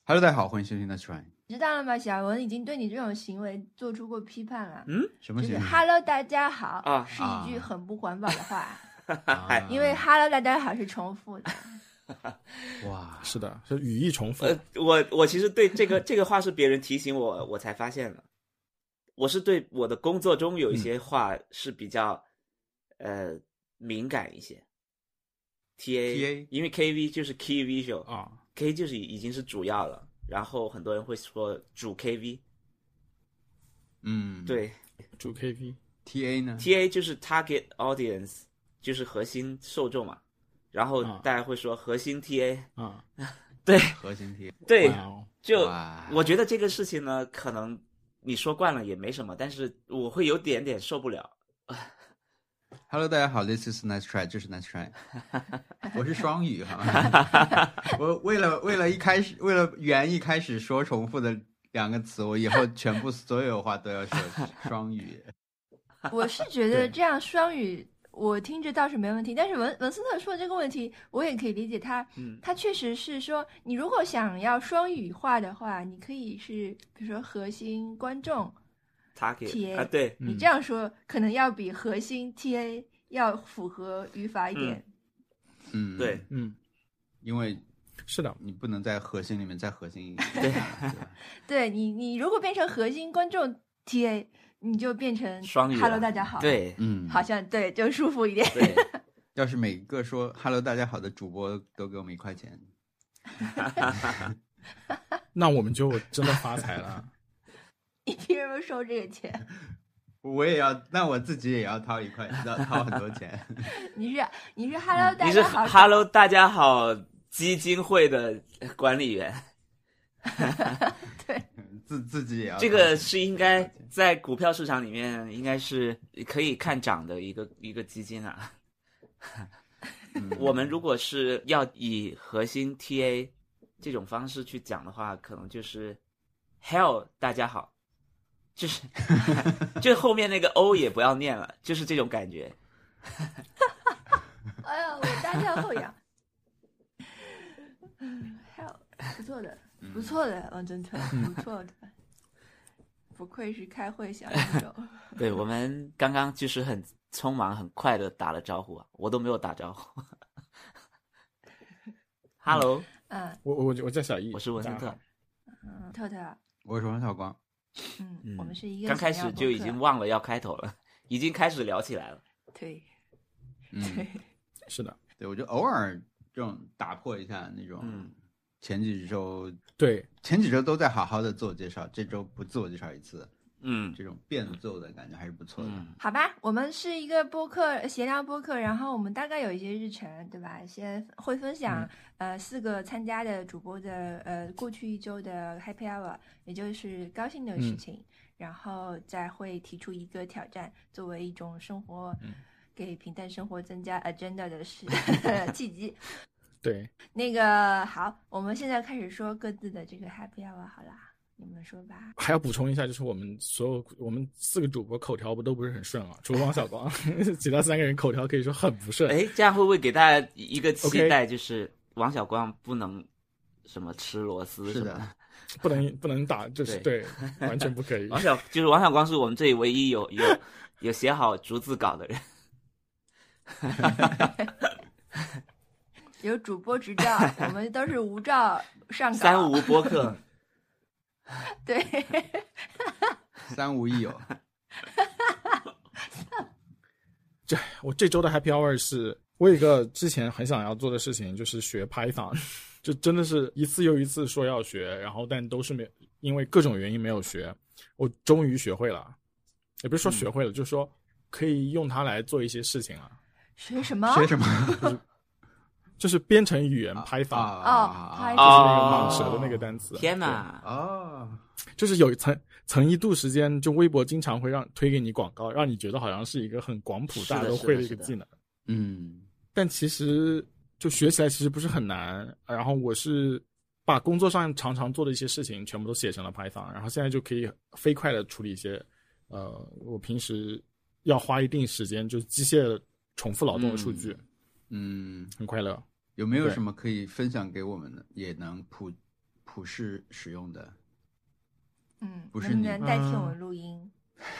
Hello， 大家好，欢迎收听 Let's Try。 知道了吗？小文已经对你这种行为做出过批判了。 什么行为？ 就是 Hello， 大家好是一句很不环保的话，因为 Hello， 大家好是重复的。 哇， 是的，是语义重复。 我其实对这个话是别人提醒我才发现的。我是对我的工作中有一些话是比较敏感一些。TA 因为 KV 就是 Key Visual 啊，K 就是已经是主要了，然后很多人会说主 KV。对， 主 KV。TA 呢 ？TA 就是 Target Audience， 就是核心受众嘛。然后大家会说核心 TA 啊， 对， 核心 TA 对，就我觉得这个事情呢，可能你说惯了也没什么，但是我会有点点受不了。 Hello， 大家好 ，This is Nice Try， 这是 Nice Try， 我是双语哈。我为了圆一开始说重复的两个词，我以后全部所有话都要说双语。 我是觉得这样双语我听着倒是没问题，但是文斯特说的这个问题我也可以理解他，他确实是说你如果想要双语化的话，你可以是比如说核心观众TA 啊，对， 你这样说可能要比核心 TA 要符合语法一点。 对， 因为是的， 你不能在核心里面再核心一点。 对， 对你如果变成核心观众 TA， 你就变成双语 Hello 大家好。 对， 好像对就舒服一点。 对， 要是每个说 Hello 大家好的主播都给我们1块钱， 那我们就真的发财了。 你凭什么收这个钱？ 我也要，那我自己也要掏1块，掏很多钱。 你是 Hello 大家好， 你是 Hello 大家好基金会的管理员。 对， 自己也要。 这个是应该在股票市场里面应该是可以看涨的一个基金啊。我们如果是要以核心 TA 这种方式去讲的话，可能就是 Hello 大家好。就后面那个 O 也不要念了，就是这种感觉。 哎呀，我大跳后仰。Hell， 不错的，不错的，王真特，不错的，不愧是开会小能手。 对，我们刚刚就是很匆忙、很快的打了招呼啊，我都没有打招呼。Hello， 我叫小易， 我是文森特。 特特， 我是王小光。 我们是一个刚开始就已经忘了要开头了，已经开始聊起来了。 对， 对，是的， 对，我就偶尔这种打破一下那种，前几周都在好好的自我介绍，这周不自我介绍一次，这种变奏的感觉还是不错的。 好吧，我们是一个播客闲聊播客，然后我们大概有一些日程，对吧？先会分享4个参加的主播的过去1周的 Happy Hour， 也就是高兴的事情，然后再会提出一个挑战，作为一种生活给平淡生活增加 agenda 的契机。 对， 那个好，我们现在开始说各自的这个 Happy Hour 好啦。你们说吧。 还要补充一下，就是我们4个主播口条都不是很顺啊，除了王小光，其他3个人口条可以说很不顺。 这样会不会给大家一个期待，就是王小光不能什么吃螺丝什么的， 不能打，就是对，完全不可以。 王小光是我们这里唯一有写好逐字稿的人。 有主播执照，我们都是无照上稿。 3无播客。 对 ，3无一有。 我这周的 Happy Hour 是我有一个之前很想要做的事情，就是学 Python， 就真的是一次又一次说要学，然后但都是因为各种原因没有学。我终于学会了，也不是说学会了，就是说可以用它来做一些事情了。 学什么？ 就是编程语言 Python， Python 就是那个蟒蛇的那个单词。 天哪！ 就是有曾一度时间，就微博经常会推给你广告，让你觉得好像是一个很广谱大家都会的一个技能。但其实就学起来其实不是很难。然后我是把工作上常常做的一些事情全部都写成了 Python， 然后现在就可以飞快的处理一些我平时要花一定时间就是机械重复劳动的数据。很快乐。 有没有什么可以分享给我们的，也能普普世使用的。 不是你能代替我们录音？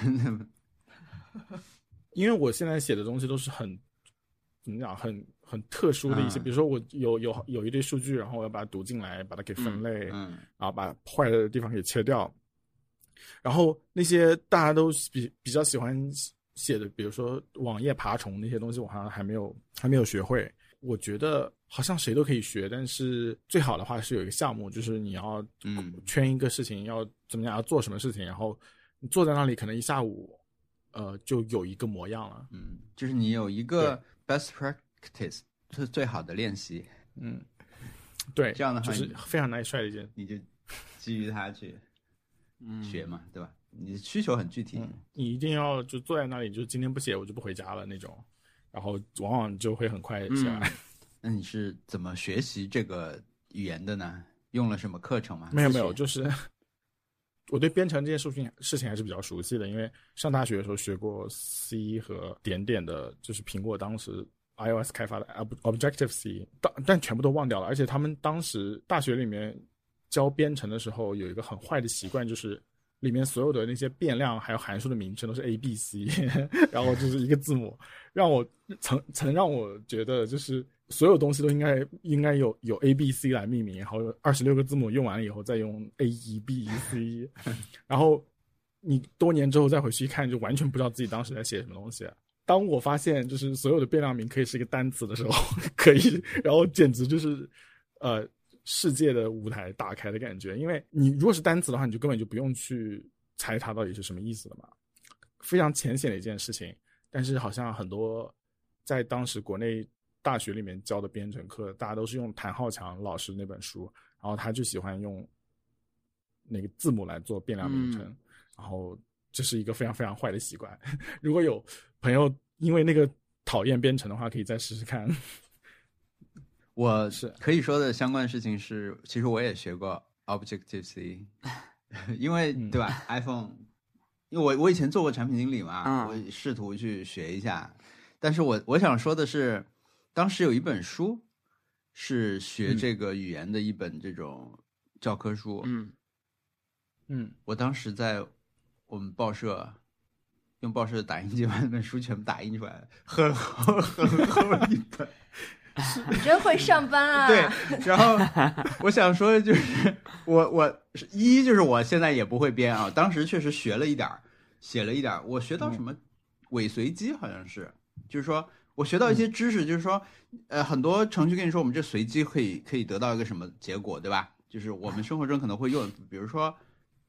因为我现在写的东西都是很怎么讲，很特殊的一些，比如说我有一堆数据，然后我要把它读进来，把它给分类，然后把坏的地方给切掉。然后那些大家都比较喜欢写的，比如说网页爬虫那些东西，我好像还没有学会。我觉得好像谁都可以学，但是最好的话是有一个项目，就是你要圈一个事情，要怎么样，要做什么事情，然后你坐在那里可能一下午，就有一个模样了。 就是你有一个 best practice， 是最好的练习。 对， 这样的话就是非常nice try的一件， 你就基于它去学嘛，对吧？你的需求很具体， 你一定要就坐在那里，就今天不写我就不回家了那种。然后往往就会很快起来。 那你是怎么学习这个语言的呢？用了什么课程吗？ 没有，就是我对编程这件事情还是比较熟悉的，因为上大学的时候学过 C 和点的，就是苹果当时 iOS 开发的 Objective C， 但全部都忘掉了。而且他们当时大学里面教编程的时候有一个很坏的习惯，就是里面所有的那些变量还有函数的名称都是 A、B、C， 然后就是一个字母，让我曾让我觉得就是所有东西都应该有 A、B、C 来命名，然后26个字母用完了以后再用 A、E、B、C， 然后你多年之后再回去一看，就完全不知道自己当时在写什么东西。当我发现就是所有的变量名可以是一个单词的时候，可以，然后简直就是世界的舞台打开的感觉。因为你如果是单词的话，你就根本就不用去猜它到底是什么意思的嘛，非常浅显的一件事情。但是好像很多在当时国内大学里面教的编程课，大家都是用谭浩强老师那本书，然后他就喜欢用那个字母来做变量名称，然后这是一个非常非常坏的习惯。如果有朋友因为那个讨厌编程的话，可以再试试看。 我可以说的相关的事情是，其实我也学过 Objective-C， 因为对吧 iPhone， 因为我以前做过产品经理嘛，我试图去学一下。但是我想说的是，当时有一本书是学这个语言的一本这种教科书，我当时在我们报社用报社的打印机把那本书全部打印出来，很厚一本。 你真会上班啊！ 对，然后我想说的就是，我就是我现在也不会编啊，当时确实学了一点，写了一点，我学到什么尾随机好像是，就是说我学到一些知识，就是说很多程序跟你说我们这随机可以得到一个什么结果，对吧？就是我们生活中可能会用，比如说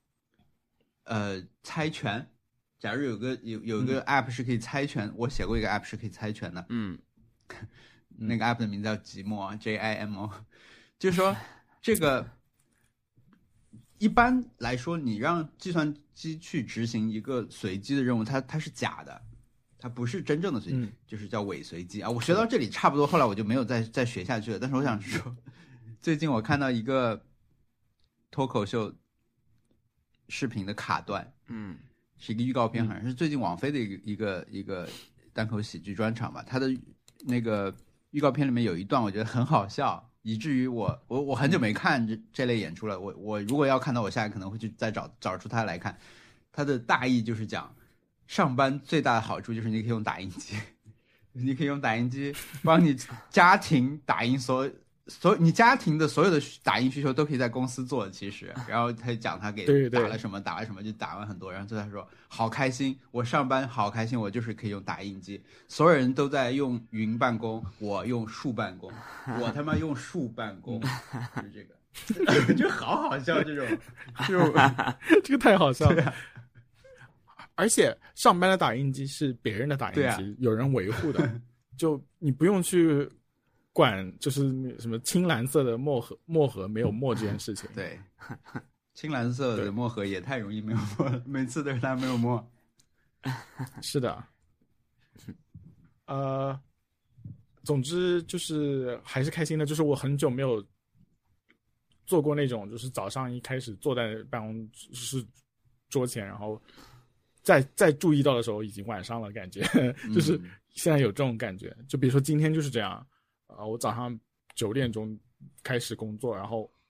猜拳，假如有一个 app 是可以猜拳，我写过一个 app 是可以猜拳的，那个 app 的名字叫Jimo JIMO， 就是说这个一般来说，你让计算机去执行一个随机的任务，它是假的，它不是真正的随机，就是叫伪随机啊。我学到这里差不多，后来我就没有再学下去了。但是我想说，最近我看到一个脱口秀视频的卡段，是一个预告片，好像是最近网飞的一个单口喜剧专场吧，它的那个预告片里面有一段我觉得很好笑，以至于我很久没看这类演出了。我如果要看到，我下来可能会去再找出它来看。它的大意就是讲，上班最大的好处就是你可以用打印机，你可以用打印机帮你家庭打印你家庭的所有的打印需求都可以在公司做，其实。然后他讲他给打了什么，就打完很多。然后最后他说好开心，我上班好开心，我就是可以用打印机。所有人都在用云办公，我用树办公，我他妈用树办公，就是这个，我觉得好好笑，这种这个太好笑了。而且上班的打印机是别人的打印机，有人维护的，就你不用去管，就是什么青蓝色的墨盒没有墨这件事情。 对，青蓝色的墨盒也太容易没有墨了，每次都是它没有墨。 是的，总之就是还是开心的，就是我很久没有做过那种，就是早上一开始坐在办公室桌前，然后再注意到的时候已经晚上了，感觉就是现在有这种感觉。就比如说今天就是这样，我早上9点钟开始工作，然后我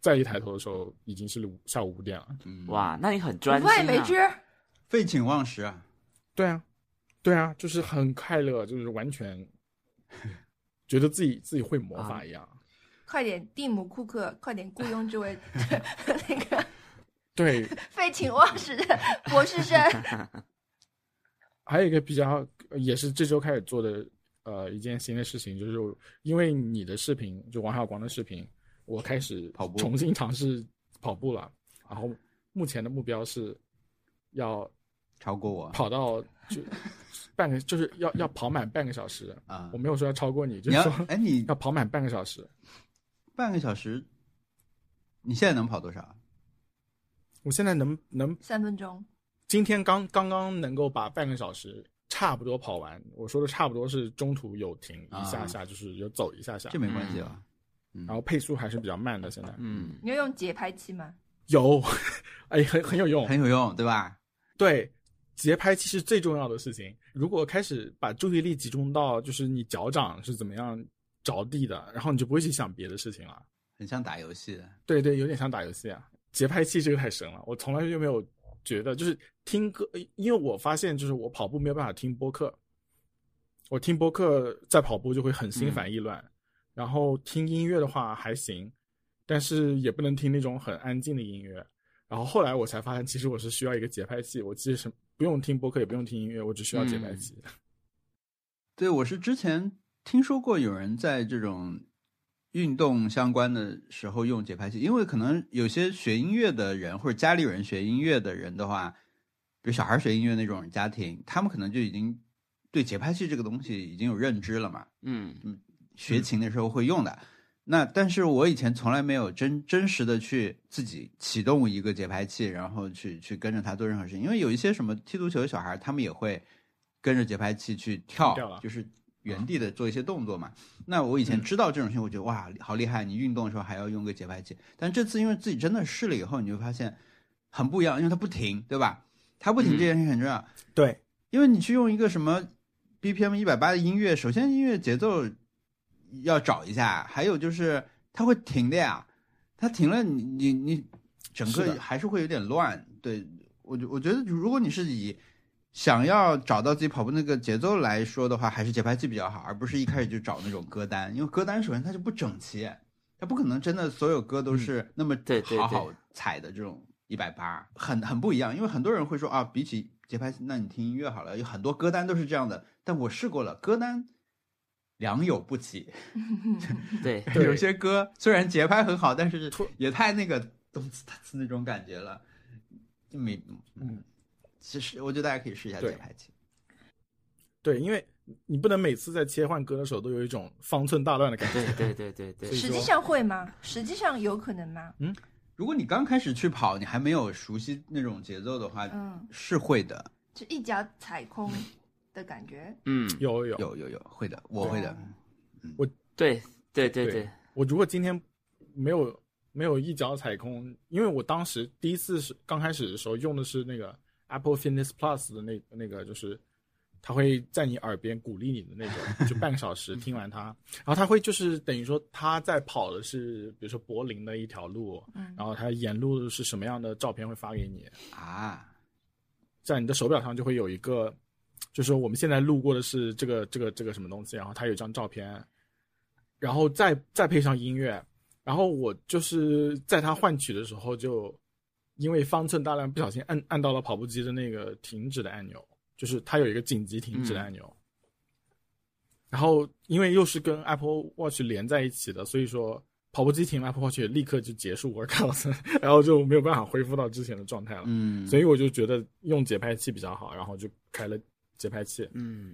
再一抬头的时候已经是下午5点了。 哇，那你很专心午饭也没吃， 废寝忘食啊。 对啊，就是很快乐，就是完全觉得自己会魔法一样。 快点蒂姆·库克，快点雇佣这位那个对废寝忘食的博士生。 还有一个比较也是这周开始做的一件新的事情，就是因为你的视频，就王小光的视频，我开始重新尝试跑步了。然后目前的目标是要超过我， 跑到就就是要跑满半个小时啊！我没有说要超过你，就是说你要跑满半个小时。 半个小时，你现在能跑多少？ 我现在能 3分钟。 今天刚刚能够把半个小时差不多跑完。我说的差不多是中途有停一下下，就是有走一下下， 这没关系了。 然后配速还是比较慢的，现在。 你有用节拍器吗？ 有，哎，很有用， 很有用，对吧？ 对，节拍器是最重要的事情。如果开始把注意力集中到就是你脚掌是怎么样着地的，然后你就不会去想别的事情了。 很像打游戏。 对，有点像打游戏啊。节拍器这个太神了，我从来就没有觉得，就是听歌，因为我发现就是我跑步没有办法听播客，我听播客在跑步就会很心烦意乱。然后听音乐的话还行，但是也不能听那种很安静的音乐。然后后来我才发现，其实我是需要一个节拍器，我其实不用听播客，也不用听音乐，我只需要节拍器。 对，我是之前听说过有人在这种运动相关的时候用节拍器，因为可能有些学音乐的人或者家里有人学音乐的人的话，比如小孩学音乐那种家庭，他们可能就已经对节拍器这个东西已经有认知了嘛。学琴的时候会用的。那但是我以前从来没有真实的去自己启动一个节拍器，然后去跟着它做任何事情。因为有一些什么踢足球的小孩，他们也会跟着节拍器去跳，就是原地的做一些动作嘛。那我以前知道这种事情，我觉得哇，好厉害！你运动的时候还要用个节拍器。但这次因为自己真的试了以后，你就发现很不一样，因为它不停，对吧？它不停这件事情很重要。 对， 因为你去用一个什么 BPM 180的音乐，首先音乐节奏要找一下，还有就是它会停的呀，它停了你整个还是会有点乱。对，我觉得如果你是以想要找到自己跑步那个节奏来说的话，还是节拍器比较好，而不是一开始就找那种歌单。因为歌单首先它就不整齐，它不可能真的所有歌都是那么好好踩的这种180，很不一样。因为很多人会说啊，比起节拍器，那你听音乐好了，有很多歌单都是这样的。但我试过了，歌单良莠不齐。 对， 有些歌虽然节拍很好，但是也太那个动次打次那种感觉了，就没其实我觉得大家可以试一下节拍器。 对，因为你不能每次在切换歌的时候都有一种方寸大乱的感觉。 对。 实际上会吗？实际上有可能吗？ 如果你刚开始去跑，你还没有熟悉那种节奏的话，是会的， 就一脚踩空的感觉。 有， 会的，我会的。 我对， 我如果今天没有一脚踩空，因为我当时第一次是刚开始的时候用的是那个 Apple Fitness Plus 的那个，就是他会在你耳边鼓励你的那种，就半个小时听完它，然后他会就是等于说他在跑的是比如说柏林的一条路，然后他沿路是什么样的照片会发给你啊，在你的手表上就会有一个，就是说我们现在路过的是这个什么东西，然后他有一张照片，然后再配上音乐，然后我就是在他换取的时候就因为方寸大乱不小心按到了跑步机的那个停止的按钮，就是它有一个紧急停止的按钮，然后因为又是跟 Apple Watch 连在一起的，所以说跑步机停了 Apple Watch 也立刻就结束 workout， 然后就没有办法恢复到之前的状态了。所以我就觉得用节拍器比较好，然后就开了节拍器。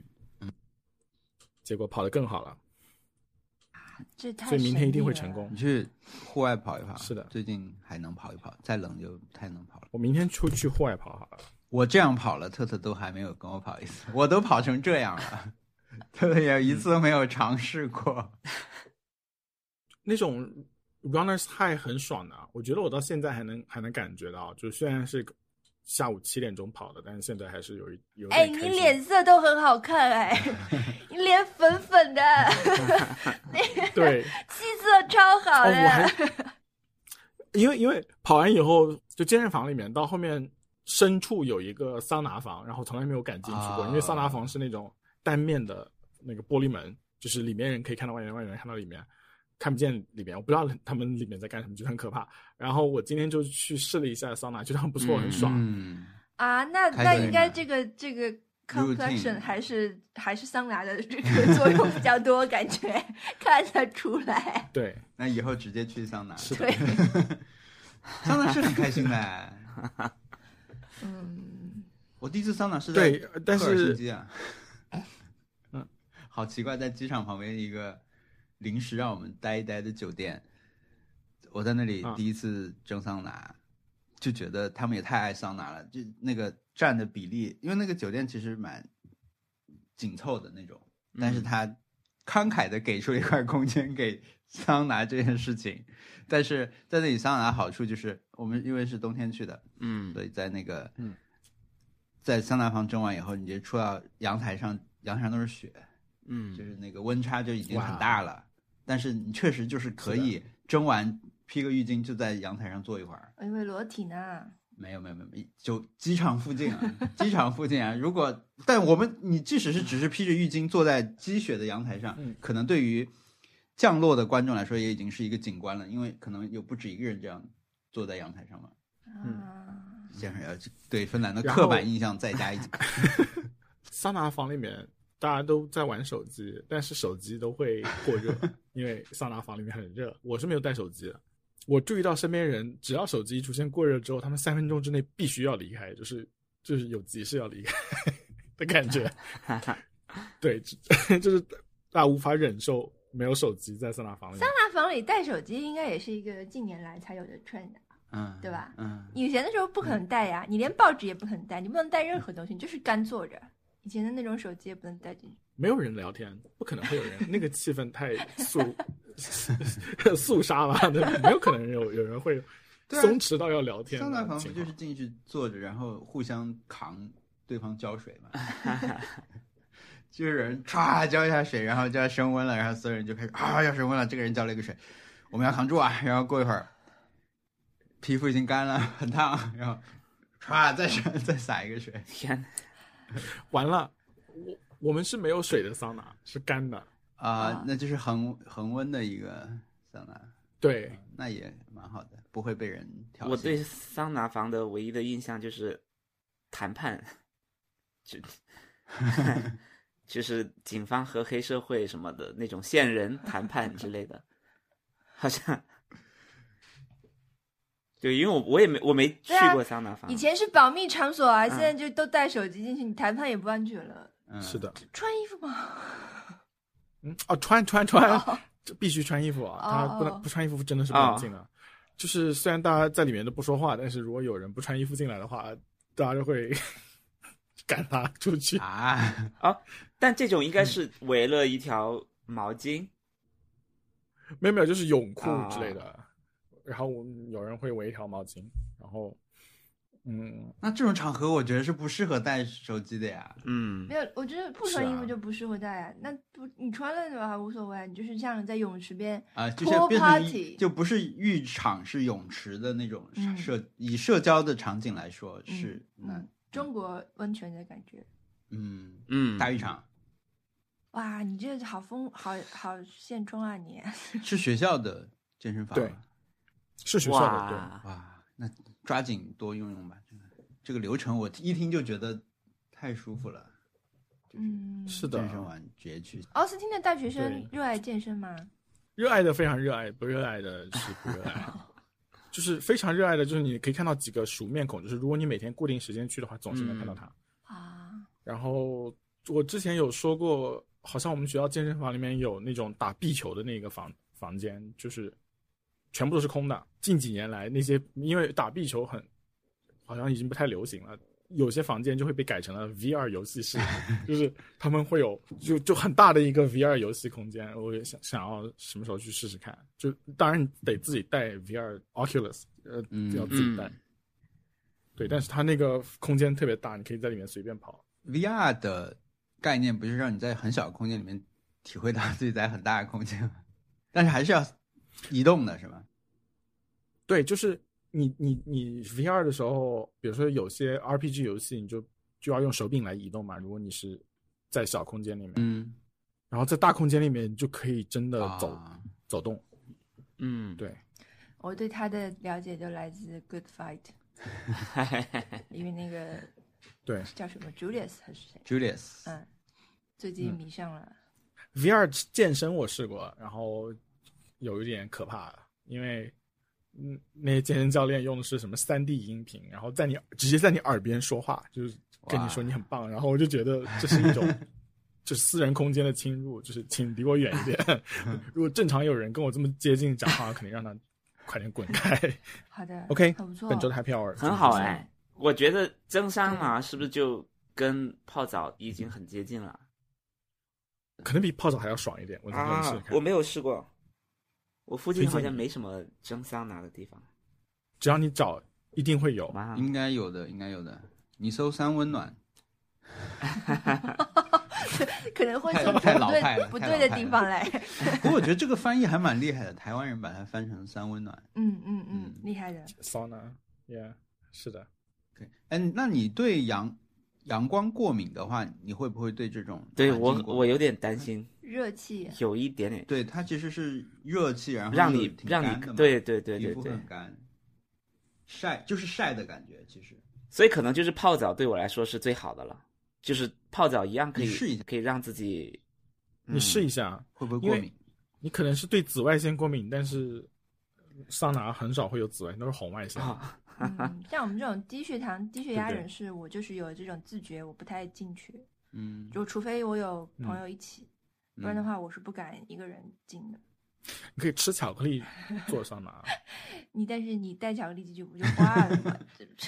结果跑得更好了。 这太所以明天一定会成功。 你去户外跑一跑。 是的， 最近还能跑一跑，再冷就不太能跑了。 我明天出去户外跑好了。 我这样跑了，特特都还没有跟我跑一次，我都跑成这样了，特特也一次都没有尝试过。 那种 runners high 很爽的，我觉得我到现在还能感觉到，就虽然是下午7点钟跑的，但是现在还是有点开心。 你脸色都很好看你脸粉粉的， 对， 气色超好的。 因为跑完以后，就健身房里面到后面深处有一个桑拿房，然后从来没有敢进去过，因为桑拿房是那种单面的那个玻璃门，就是里面人可以看到外面，外面人看到里面，看不见里面。我不知道他们里面在干什么，就很可怕。然后我今天就去试了一下桑拿，觉得很不错，很爽。 那应该这个 complexion 还是桑拿的这个作用比较多，感觉看得出来。 对， 那以后直接去桑拿。 是的， 桑拿是很开心的。我第一次桑拿是在科尔辛基啊。好奇怪，在机场旁边一个临时让我们待一待的酒店，我在那里第一次蒸桑拿，就觉得他们也太爱桑拿了，就那个占的比例，因为那个酒店其实蛮紧凑的那种，但是他慷慨的给出一块空间给桑拿这件事情。但是在那里桑拿好处就是我们因为是冬天去的，所以在那个在桑拿房蒸完以后，你直接出到阳台上都是雪，就是那个温差就已经很大了，但是你确实就是可以蒸完披个浴巾就在阳台上坐一会儿。 因为裸体呢？ 没有，就机场附近啊，机场附近啊。但你即使是只是披着浴巾坐在积雪的阳台上，可能对于降落的观众来说也已经是一个景观了，因为可能有不止一个人这样坐在阳台上嘛。先生要对芬兰的刻板印象再加一级。 桑拿房里面大家都在玩手机，但是手机都会过热，因为桑拿房里面很热。我是没有带手机的，我注意到身边人只要手机出现过热之后，他们3分钟之内必须要离开，就是有急事要离开的感觉。对，就是大家无法忍受没有手机在桑拿房里面。 桑拿房里带手机应该也是一个近年来才有的 trend，对吧？以前的时候不可能带呀，你连报纸也不可能带，你不能带任何东西，你就是干坐着。以前的那种手机也不能带进去。 没有人聊天，不可能会有人，那个气氛太肃杀了，没有可能有人会松弛到要聊天。 桑拿房不就是进去坐着，然后互相扛对方浇水嘛？就是人歘浇一下水，然后就要升温了，然后所有人就开始要升温了，这个人浇了一个水，我们要扛住啊！然后过一会儿，皮肤已经干了，很烫，然后歘再洒一个水， 天。 完了，我们是没有水的桑拿，是干的那就是恒温的一个桑拿。 对， 那也蛮好的，不会被人挑衅。 我对桑拿房的唯一的印象就是谈判，就是警方和黑社会什么的那种线人谈判之类的，好像。对，因为我没去过桑拿房， 以前是保密场所啊，现在就都带手机进去，你谈判也不安全了。 是的。 穿衣服吗？ 穿，这必须穿衣服啊！他不穿衣服真的是不能进的。就是虽然大家在里面都不说话，但是如果有人不穿衣服进来的话，大家就会赶他出去但这种应该是围了一条毛巾， 没有，就是泳裤之类的。然后有人会围一条毛巾，然后那这种场合我觉得是不适合带手机的呀。 没有，我觉得不穿衣服就不适合带啊。那不你穿了的话无所谓，你就是像在泳池边就变成就不是浴场，是泳池的那种以社交的场景来说是中国温泉的感觉。 大浴场。 哇，你这好现充啊你！ 是学校的健身房。 对。是学校的。对。 哇，那抓紧多用用吧。这个流程我一听就觉得太舒服了。 是的。 健身完直接去。 奥斯汀的大学生热爱健身吗？ 热爱的非常热爱，不热爱的是不热爱。就是非常热爱的，就是你可以看到几个熟面孔，就是如果你每天固定时间去的话，总是能看到他。然后我之前有说过，好像我们学校健身房里面有那种打壁球的那个房间，就是全部都是空的。近几年来那些因为打壁球好像已经不太流行了，有些房间就会被改成了 VR 游戏室，就是他们会有就很大的一个 VR 游戏空间。我也想要什么时候去试试看，就当然得自己带 VR Oculus， 要自己带。对，但是它那个空间特别大，你可以在里面随便跑。 VR 的概念不是让你在很小的空间里面体会到自己在很大的空间吗？但是还是要移动的是吧？ 对，就是你 VR 的时候，比如说有些 RPG 游戏，你就要用手柄来移动嘛。如果你是在小空间里面，然后在大空间里面，你就可以真的走动。对。 我对他的了解就来自 Good Fight， 因为那个对叫什么 Julius 还是谁 ？Julius， 最近迷上了。 VR 健身我试过，然后有一点可怕，因为那些健身教练用的是什么3D 音频，然后直接在你耳边说话，就是跟你说你很棒，然后我就觉得这是一种就是私人空间的侵入，就是请离我远一点。如果正常有人跟我这么接近讲话，肯定让他快点滚开。 好的 ，OK， 很不错， 本周的 Happy Hour 很好哎。我觉得蒸桑拿是不是就跟泡澡已经很接近了？ 可能比泡澡还要爽一点。 我没有试过，我附近好像没什么蒸桑拿的地方。 只要你找，一定会有。 应该有的。你搜3温暖。 可能会从不对的地方来。 不过我觉得这个翻译还蛮厉害的，台湾人把它翻成3温暖。 厉害的。 sauna， yeah， 是的。 对，那你对阳光过敏的话，你会不会对这种？ 对我有点担心。 热气。 有一点点。 对，它其实是热气，然后让你对， 皮肤很干，就是晒的感觉，其实。 所以可能就是泡澡对我来说是最好的了。就是泡澡一样可以试一下， 可以让自己， 你试一下会不会过敏？ 你可能是对紫外线过敏，但是桑拿很少会有紫外线，都是红外线。 像我们这种低血糖、低血压人士，我就是有这种自觉，我不太进去。就除非我有朋友一起，不然的话我是不敢一个人进的。 你可以吃巧克力做桑拿。 但是你带巧克力进去不就花了吗？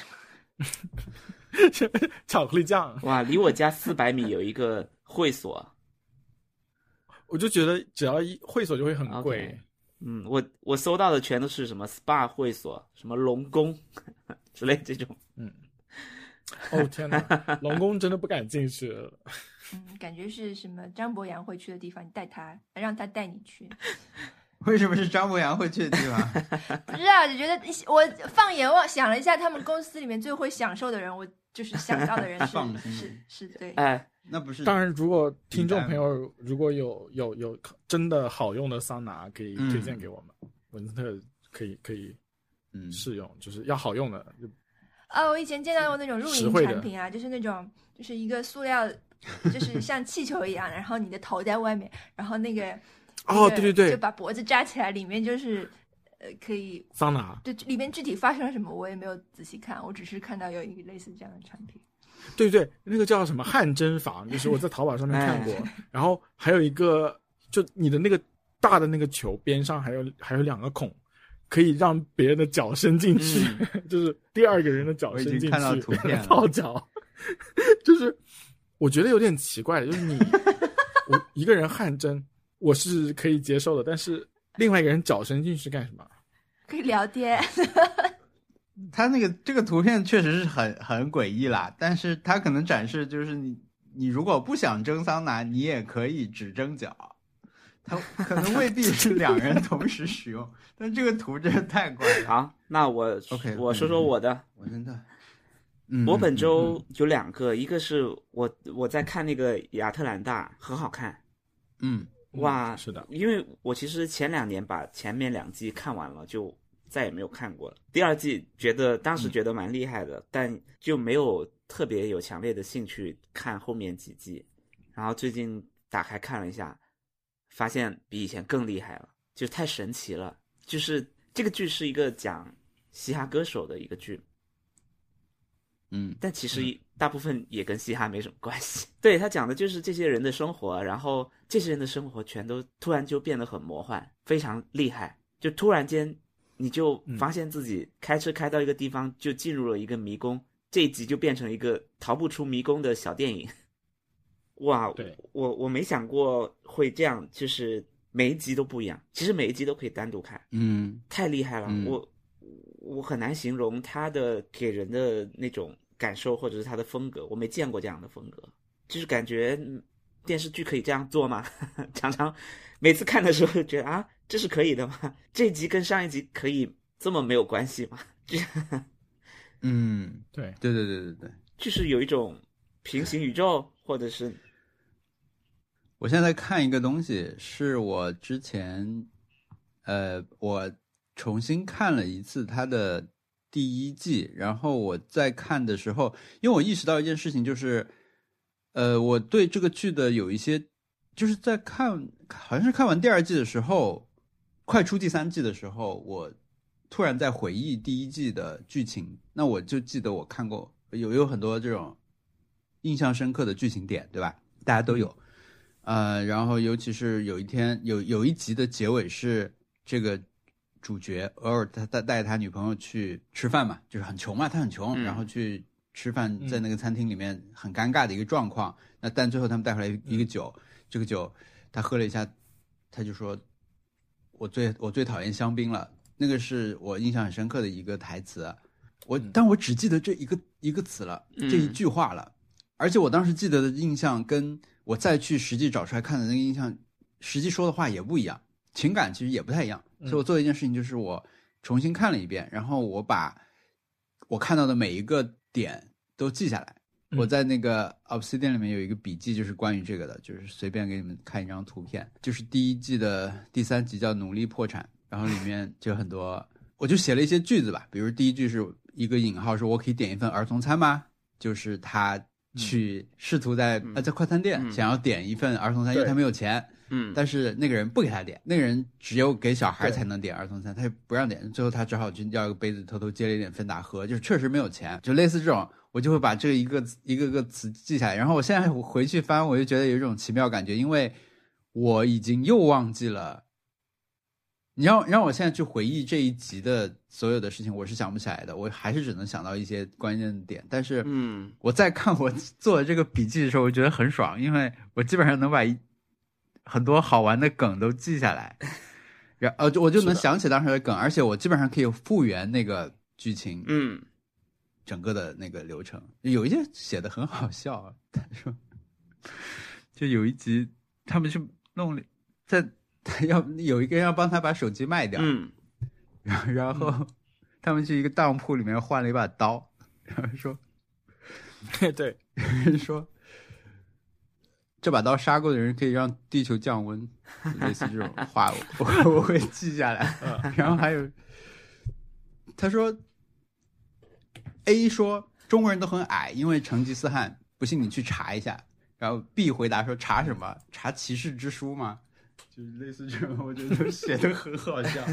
巧克力酱。 哇，离我家400米有一个会所。 我就觉得只要会所就会很贵。 我搜到的全都是什么 SPA 会所，什么龙宫之类这种。 哦天哪，龙宫真的不敢进去了。 感觉是什么张博洋会去的地方，你带他，让他带你去。 为什么是张博洋会去的地方？ 不知道，就觉得我放眼想了一下，他们公司里面最会享受的人，我就是想到的人是对。 那不是。 当然，如果听众朋友如果有真的好用的桑拿，可以推荐给我们，文森特可以试用，就是要好用的。 我以前见到过那种露营产品啊，就是那种就是一个塑料，就是像气球一样，然后你的头在外面，然后那个。对，就把脖子扎起来，里面就是可以桑拿。 对，里面具体发生了什么我也没有仔细看，我只是看到有一个类似这样的产品。 对，那个叫什么汗蒸房，就是我在淘宝上面看过。然后还有一个，就你的那个大的那个球边上还有2个孔，可以让别人的脚伸进去，就是第二个人的脚伸进去。 我已经看到图片了。 泡脚，就是我觉得有点奇怪，就是我一个人汗蒸。我是可以接受的，但是另外一个人脚伸进去干什么？ 可以聊天。 他这个图片确实是很诡异啦，但是他可能展示就是你如果不想蒸桑拿，你也可以只蒸脚，他可能未必是2人同时使用，但这个图真的太怪了。 好，那我说说我的， 我真的， 我本周有2个，一个是我在看那个亚特兰大，很好看。哇， 是的， 因为我其实前2年把前面2季看完了，就再也没有看过了。第2季当时觉得蛮厉害的，但就没有特别有强烈的兴趣看后面几季。然后最近打开看了一下，发现比以前更厉害了，就太神奇了。就是这个剧是一个讲嘻哈歌手的一个剧。但其实大部分也跟嘻哈没什么关系。对，他讲的就是这些人的生活，然后这些人的生活全都突然就变得很魔幻，非常厉害。就突然间你就发现自己开车开到一个地方，就进入了一个迷宫，这一集就变成一个逃不出迷宫的小电影。哇，我没想过会这样，就是每一集都不一样，其实每一集都可以单独看。太厉害了。我很难形容他的给人的那种感受，或者是他的风格，我没见过这样的风格，就是感觉电视剧可以这样做吗？常常每次看的时候就觉得这是可以的吗？这一集跟上一集可以这么没有关系吗？ 对， 就是有一种平行宇宙，或者是我现在看一个东西，是我之前我重新看了一次它的第一季，然后我在看的时候，因为我意识到一件事情，就是我对这个剧的有一些，就是在好像是看完第2季的时候，快出第3季的时候，我突然在回忆第1季的剧情，那我就记得我看过有很多这种印象深刻的剧情点，对吧？大家都有。然后尤其是有一天有一集的结尾是这个主角偶尔他带他女朋友去吃饭嘛，就是很穷嘛，他很穷，然后去吃饭，在那个餐厅里面很尴尬的一个状况。那但最后他们带回来一个酒，这个酒他喝了一下，他就说我最讨厌香槟了。那个是我印象很深刻的一个台词，但我只记得这一个词了，这一句话了，而且我当时记得的印象跟我再去实际找出来看的那个印象，实际说的话也不一样，情感其实也不太一样。所以我做的一件事情就是我重新看了一遍，然后我把我看到的每一个点都记下来。我在那个 Obsidian 里面有一个笔记，就是关于这个的，就是随便给你们看一张图片，就是第1季的第3集叫努力破产，然后里面就很多，我就写了一些句子吧，比如第一句是一个引号，说我可以点一份儿童餐吗？就是他去试图在快餐店想要点一份儿童餐，因为他没有钱，但是那个人不给他点，那个人只有给小孩才能点儿童餐，他也不让点，最后他只好去要一个杯子，偷偷接了一点芬达喝，就是确实没有钱，就类似这种，我就会把这一个个词记下来。然后我现在回去翻，我就觉得有一种奇妙感觉，因为我已经又忘记了。你让我现在去回忆这一集的所有的事情，我是想不起来的，我还是只能想到一些关键的点。但是，我在看我做的这个笔记的时候，我觉得很爽，因为我基本上能把很多好玩的梗都记下来，然后我就能想起当时的梗，而且我基本上可以复原那个剧情，整个的那个流程。有一些写的很好笑，他说，就有一集他们去弄他有一个人要帮他把手机卖掉，然后他们去一个当铺里面换了一把刀，然后说， 对， 说这把刀杀过的人可以让地球降温，类似这种话我会记下来。然后还有他说 A 说中国人都很矮，因为成吉思汗，不信你去查一下。然后 B 回答说查什么？查骑士之书吗？就是类似这种，我觉得写的很好笑。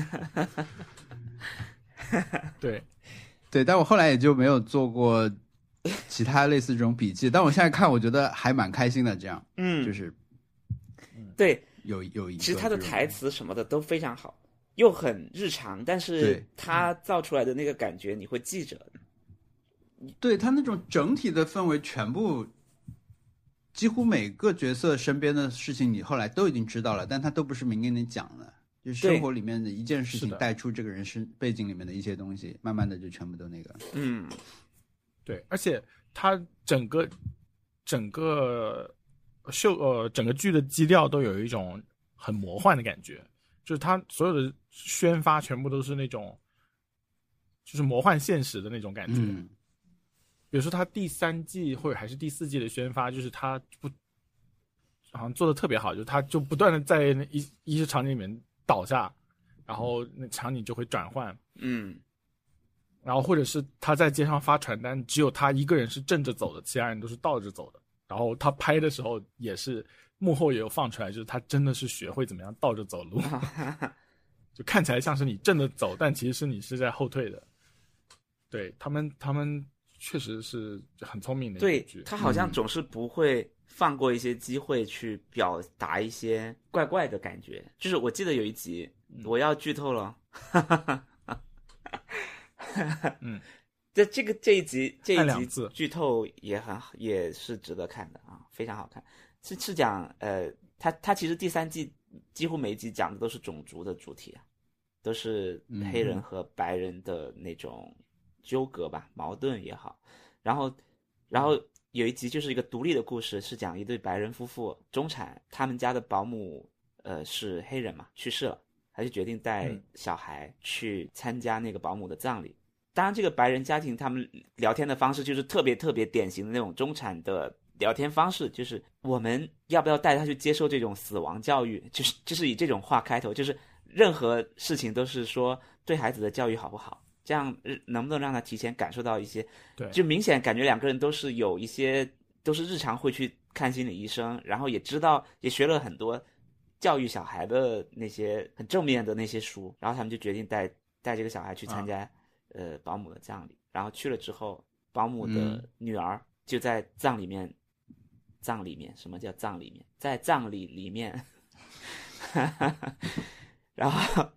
对， 但我后来也就没有做过其他类似这种笔记。但我现在看，我觉得还蛮开心的。这样，就是对， 有一个， 其实他的台词什么的都非常好，又很日常，但是他造出来的那个感觉你会记着。 对，他那种整体的氛围全部。几乎每个角色身边的事情你后来都已经知道了，但他都不是明跟你讲的，就是生活里面的一件事情带出这个人背景里面的一些东西，慢慢的就全部都那个。 对，而且他整个剧的基调都有一种很魔幻的感觉，就是他所有的宣发全部都是那种就是魔幻现实的那种感觉。比如说他第3季或者还是第4季的宣发，就是他好像做的特别好，就是他就不断的在那一些场景里面倒下，然后那场景就会转换，然后或者是他在街上发传单，只有他一个人是正着走的，其他人都是倒着走的。然后他拍的时候也是幕后也有放出来，就是他真的是学会怎么样倒着走路，就看起来像是你正着走，但其实你是在后退的。对，他们确实是很聪明的一个剧。 对，他好像总是不会放过一些机会去表达一些怪怪的感觉。就是我记得有一集，我要剧透了，这一集剧透也是值得看的啊，非常好看。是讲他其实第3季几乎每一集讲的都是种族的主题啊，都是黑人和白人的那种纠葛吧，矛盾也好。然后有一集就是一个独立的故事，是讲一对白人夫妇中产，他们家的保姆是黑人嘛，去世了， 他就决定带小孩去参加那个保姆的葬礼。当然这个白人家庭他们聊天的方式就是特别特别典型的那种中产的聊天方式，就是我们要不要带他去接受这种死亡教育，就是以这种话开头，就是任何事情都是说对孩子的教育好不好，这样能不能让他提前感受到一些， 对， 就明显感觉两个人都是有一些都是日常会去看心理医生，然后也知道也学了很多教育小孩的那些很正面的那些书，然后他们就决定带这个小孩去参加保姆的葬礼。然后去了之后，保姆的女儿就在葬礼里面什么叫葬里面，在葬礼里面然后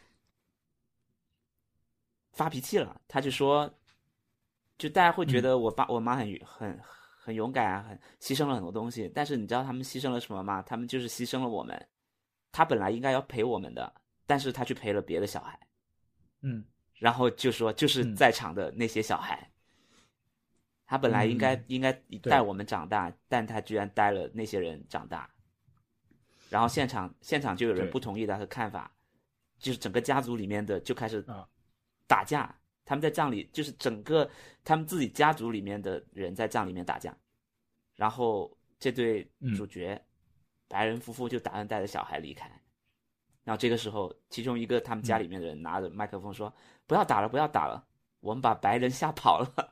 发脾气了，他就说，就大家会觉得我爸我妈很勇敢啊，很牺牲了很多东西，但是你知道他们牺牲了什么吗？他们就是牺牲了我们。他本来应该要陪我们的，但是他去陪了别的小孩。然后就说就是在场的那些小孩，他本来应该带我们长大，但他居然带了那些人长大。然后现场就有人不同意他的看法，就是整个家族里面的就开始打架。他们在葬礼，就是整个他们自己家族里面的人在葬里面打架。然后这对主角白人夫妇就打算带着小孩离开。然后这个时候其中一个他们家里面的人拿着麦克风说，不要打了不要打了，我们把白人吓跑了。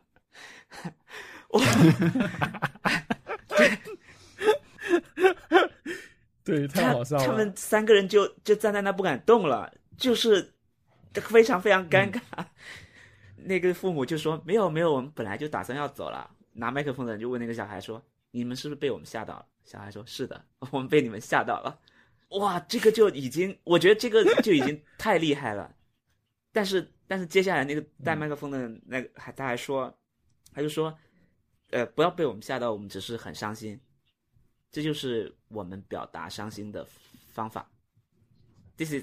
对，太好笑了。 他们三个人就站在那不敢动了，就是非常非常尴尬。那个父母就说没有，我们本来就打算要走了。拿麦克风的人就问那个小孩说，你们是不是被我们吓到了？小孩说是的，我们被你们吓到了。哇，这个就已经，我觉得这个就已经太厉害了。但是接下来那个带麦克风的那个他就说不要被我们吓到，我们只是很伤心。这就是我们表达伤心的方法。This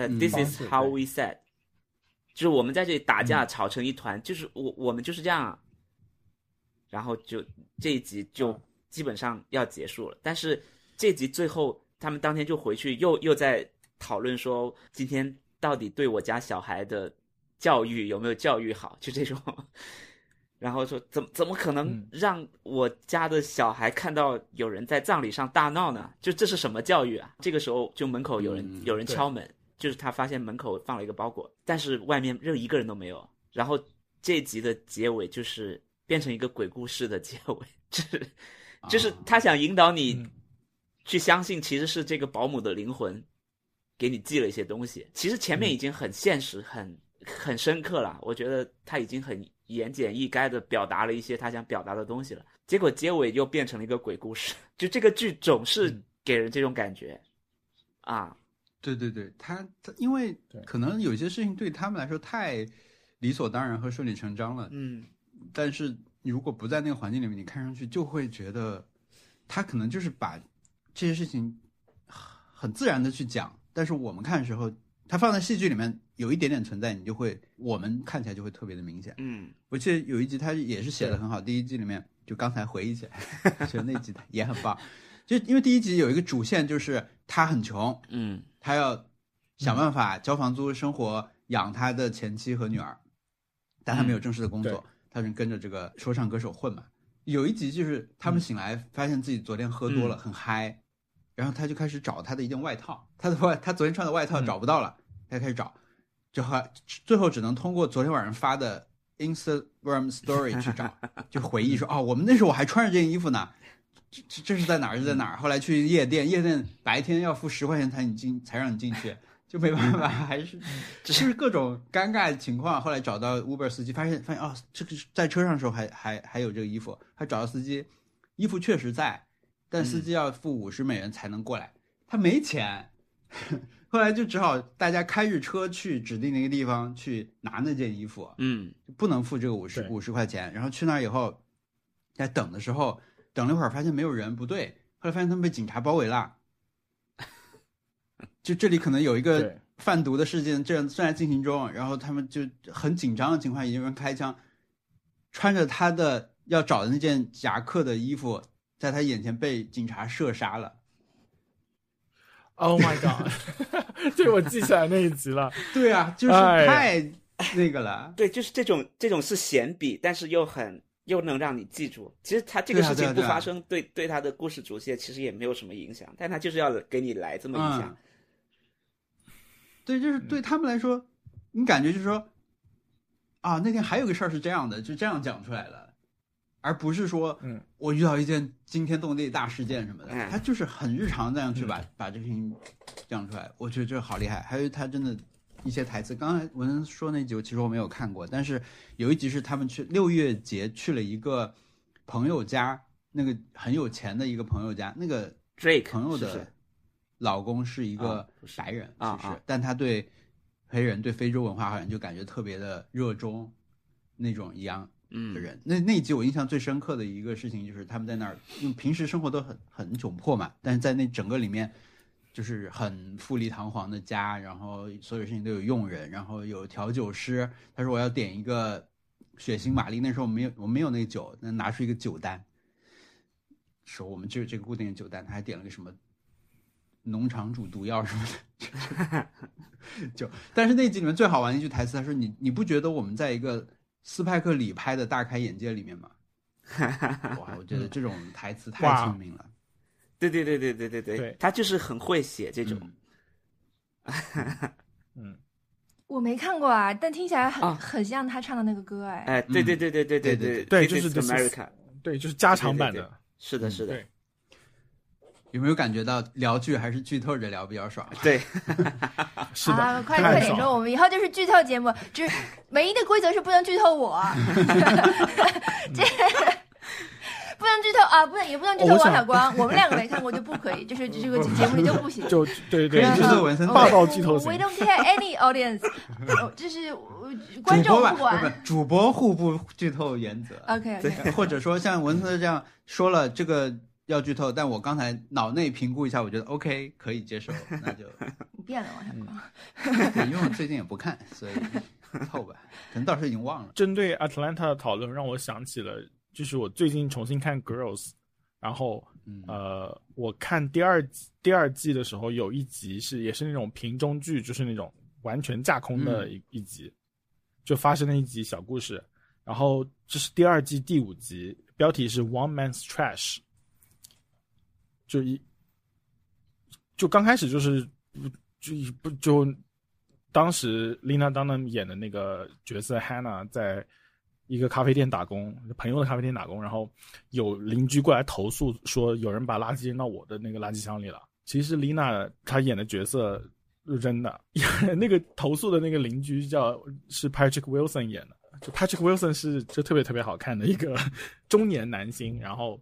is how we said， 就是我们在这里打架吵成一团，就是我们就是这样啊。然后就这一集就基本上要结束了，但是这一集最后他们当天就回去又在讨论说今天到底对我家小孩的教育有没有教育好，就这种。然后说怎么可能让我家的小孩看到有人在葬礼上大闹呢？就这是什么教育啊？这个时候就门口有人敲门，就是他发现门口放了一个包裹，但是外面任一个人都没有。然后这一集的结尾就是变成一个鬼故事的结尾，就是他想引导你去相信其实是这个保姆的灵魂给你寄了一些东西。其实前面已经很现实很深刻了，我觉得他已经很言简意赅的表达了一些他想表达的东西了，结果结尾又变成了一个鬼故事。就这个剧总是给人这种感觉啊。 对，他因为可能有些事情对他们来说太理所当然和顺理成章了，但是你如果不在那个环境里面，你看上去就会觉得他可能就是把这些事情很自然的去讲，但是我们看的时候他放在戏剧里面有一点点存在，你就会我们看起来就会特别的明显。我记得有一集他也是写的很好，第一季里面就刚才回忆起来觉得那集也很棒。就因为第一集有一个主线就是他很穷，他要想办法交房租生活，养他的前妻和女儿，但他没有正式的工作，他就跟着这个说唱歌手混嘛。有一集就是他们醒来发现自己昨天喝多了，很嗨，然后他就开始找他的一件外套，他昨天穿的外套找不到了，他开始找，就最后只能通过昨天晚上发的 Instagram Story 去找，就回忆说我们那时候我还穿着这件衣服呢，这是在哪儿？是在哪儿？后来去夜店白天要付10块钱才让你进去，就没办法，还是就是各种尴尬的情况。后来找到 Uber 司机，发现这个在车上的时候还有这个衣服，还找到司机，衣服确实在，但司机要付50美元才能过来，他没钱。后来就只好大家开着车去指定那个地方去拿那件衣服，就不能付这个50块钱。然后去那儿以后，在等的时候，等了一会儿发现没有人，不对，后来发现他们被警察包围了。就这里可能有一个贩毒的事件正在进行中，然后他们就很紧张的情况，有人开枪，穿着他的要找的那件夹克的衣服，在他眼前被警察射杀了。 Oh my god！ 这我记起来那一集了。 对啊，就是太那个了。 对，就是这种是闲笔，但是又能让你记住。其实他这个事情不发生，对他的故事主线其实也没有什么影响，但他就是要给你来这么一下。 对，就是对他们来说，你感觉就是说，啊，那天还有个事儿是这样的，就这样讲出来了，而不是说，我遇到一件惊天动地大事件什么的，他就是很日常这样去把这个事情讲出来。我觉得这好厉害。还有他真的一些台词，刚才文说那集，其实我没有看过，但是有一集是他们去6月节去了一个朋友家，那个很有钱的一个朋友家，那个朋友的老公是一个白人，但他对黑人对非洲文化好像就感觉特别的热衷那种一样的人。那一集我印象最深刻的一个事情就是他们在那儿，因为平时生活都很窘迫嘛，但是在那整个里面就是很富丽堂皇的家，然后所有事情都有佣人，然后有调酒师。他说我要点一个血腥玛丽，那时候我没有那个酒，那拿出一个酒单，说我们只有这个固定的酒单，他还点了个什么农场主毒药什么的。但是那集里面最好玩的一句台词，他说你不觉得我们在一个斯派克里拍的大开眼界里面吗？哇，我觉得这种台词太聪明了。 对，他就是很会写这种。 我没看过啊，但听起来很像他唱的那个歌哎。 对， 就是 America， 对，就是加长版的。 是的。 有没有感觉到聊剧还是剧透着聊比较爽？ 对， 是的。 快点说，我们以后就是剧透节目，就是唯一的规则是不能剧透我。这不能剧透啊，也不能剧透王小光，我们2个没看过就不可以，就是这个节目里就不行。 就对，剧透文森霸道剧透型。 We don't care any audience， 就是观众不管。 主播互不剧透原则。 OK， 或者说像文森这样说了这个要剧透，但我刚才脑内评估一下，我觉得 OK 可以接受，那就你变了王小光。 因为我最近也不看，所以透吧，可能到时候已经忘了。 针对 Atlanta 的讨论，让我想起了。就是我最近重新看 Girls， 然后我看第二季的时候，有一集也是那种瓶中剧，就是那种完全架空的一集，就发生了一集小故事。然后这是第2季第5集，标题是 One Man's Trash。就刚开始就当时 Lena Dunham 演的那个角色 Hannah 在一个咖啡店打工，朋友的咖啡店打工，然后有邻居过来投诉说有人把垃圾扔到我的那个垃圾箱里了。其实 Lena 她演的角色扔的，那个投诉的那个邻居是 Patrick Wilson 演的，就 Patrick Wilson 是就特别特别好看的一个中年男星，然后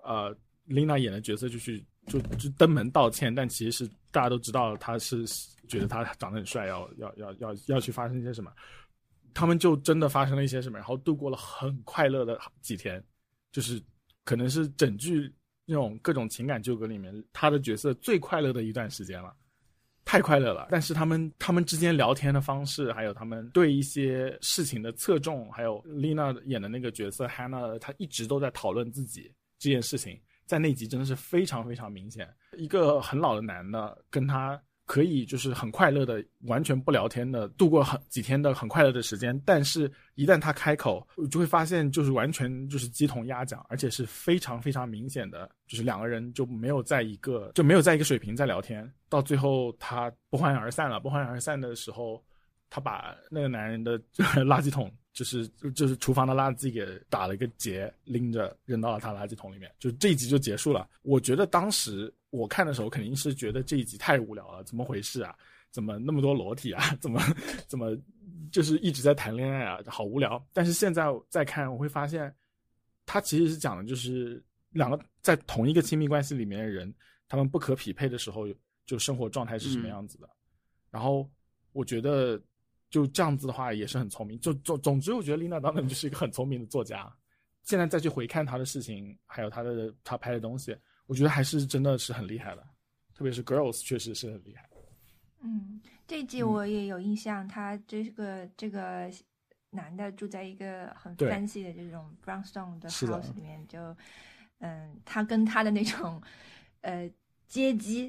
Lena 演的角色就登门道歉，但其实是大家都知道他是觉得他长得很帅，要去发生一些什么。他们就真的发生了一些什么，然后度过了很快乐的几天，就是可能是整剧那种各种情感纠葛里面他的角色最快乐的一段时间了，太快乐了。但是他们之间聊天的方式，还有他们对一些事情的侧重，还有 Lena 演的那个角色 Hannah， 她一直都在讨论自己这件事情，在那集真的是非常非常明显。一个很老的男的跟他可以就是很快乐的完全不聊天的度过几天的很快乐的时间，但是一旦他开口，就会发现就是完全就是鸡同鸭讲，而且是非常非常明显的，就是两个人就没有在一个水平在聊天，到最后他不欢而散了。不欢而散的时候，他把那个男人的垃圾桶就是厨房的垃圾给打了一个结，拎着扔到了他垃圾桶里面，就这一集就结束了。我觉得当时我看的时候肯定是觉得这一集太无聊了，怎么回事啊，怎么那么多裸体啊，怎么就是一直在谈恋爱啊，好无聊。但是现在再看，我会发现他其实是讲的就是两个在同一个亲密关系里面的人，他们不可匹配的时候就生活状态是什么样子的。然后我觉得就这样子的话也是很聪明，总之我觉得 Lena Dunham 就是一个很聪明的作家。现在再去回看他的事情，还有他拍的东西，我觉得还是真的是很厉害的，特别是 Girls 确实是很厉害。 这一季我也有印象，他这个男的住在一个很 fancy 的这种 brownstone 的 house 里面，就他跟他的那种阶级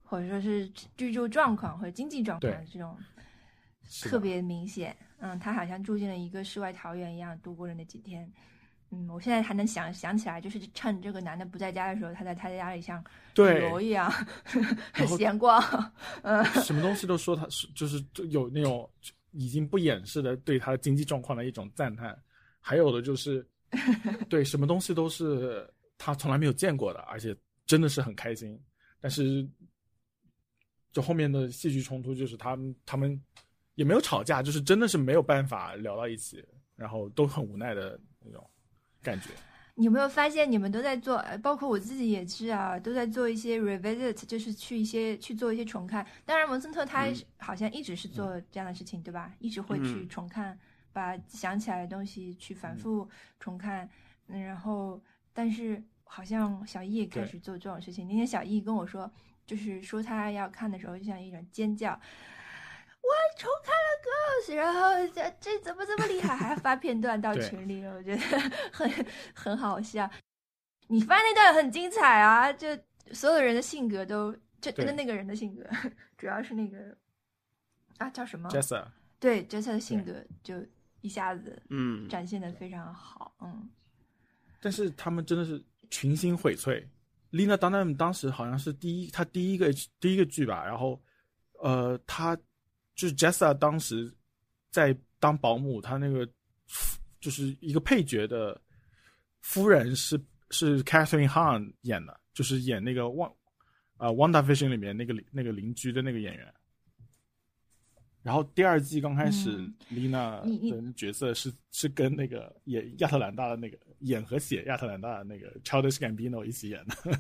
或者说是居住状况或者经济状况这种特别明显。他好像住进了一个世外桃源一样度过了那几天。我现在还能想起来，就是趁这个男的不在家的时候，他在他家里像旅游一样闲逛。 什么东西都说他就是有那种已经不掩饰的对他的经济状况的一种赞叹，还有的就是对什么东西都是他从来没有见过的，而且真的是很开心。但是就后面的戏剧冲突就是他们也没有吵架，就是真的是没有办法聊到一起，然后都很无奈的那种感觉。 你有没有发现你们都在做，包括我自己也是啊，都在做一些 revisit， 就是去做一些重看。当然文森特他好像一直是做这样的事情，对吧？一直会去重看，把想起来的东西去反复重看。然后但是好像小易也开始做这种事情。那天小易跟我说，就是说他要看的时候就像一种尖叫，我重看了 Ghost， 然后这怎么这么厉害，还发片段到群里了，我觉得很好笑。你发那段很精彩啊，就所有人的性格都那个人的性格，主要是那个叫什么 Jessa， 对 Jessa 的性格就一下子展现的非常好。 但是他们真的是群星荟萃。Lena Dunham 当时好像是他第一个剧吧，然后他就是 Jessa 当时在当保姆，他那个就是一个配角的夫人是 Catherine Hahn 演的，就是演那个WandaVision 里面那个邻居的那个演员。然后第二季刚开始，Lena 的角色是跟那个演亚特兰大的那个演和写亚特兰大的那个 Childish Gambino 一起演的。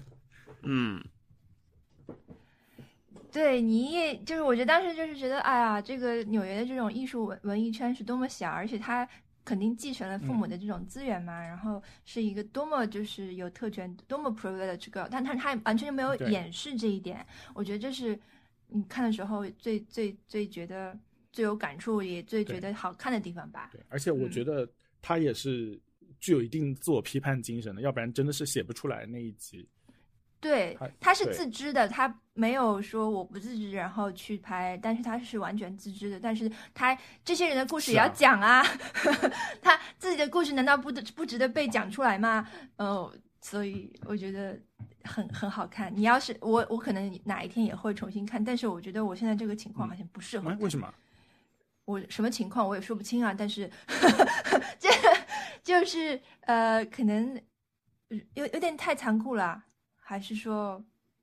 对，你也就是我觉得当时就是觉得，哎呀，这个纽约的这种艺术文艺圈是多么小，而且他肯定继承了父母的这种资源嘛，然后是一个多么就是有特权、多么 privileged girl， 但他完全就没有掩饰这一点。我觉得这是你看的时候最觉得最有感触，也最觉得好看的地方吧。 对，而且我觉得他也是具有一定自我批判精神的，要不然真的是写不出来那一集。 对，他是自知的，他没有说我不自知然后去拍，但是他是完全自知的。但是他这些人的故事也要讲啊，他自己的故事难道不值得被讲出来吗？所以我觉得很好看。你要是我可能哪一天也会重新看，但是我觉得我现在这个情况好像不适合看。 为什么？ 我什么情况我也说不清啊，但是这就是可能有点太残酷了。还是说，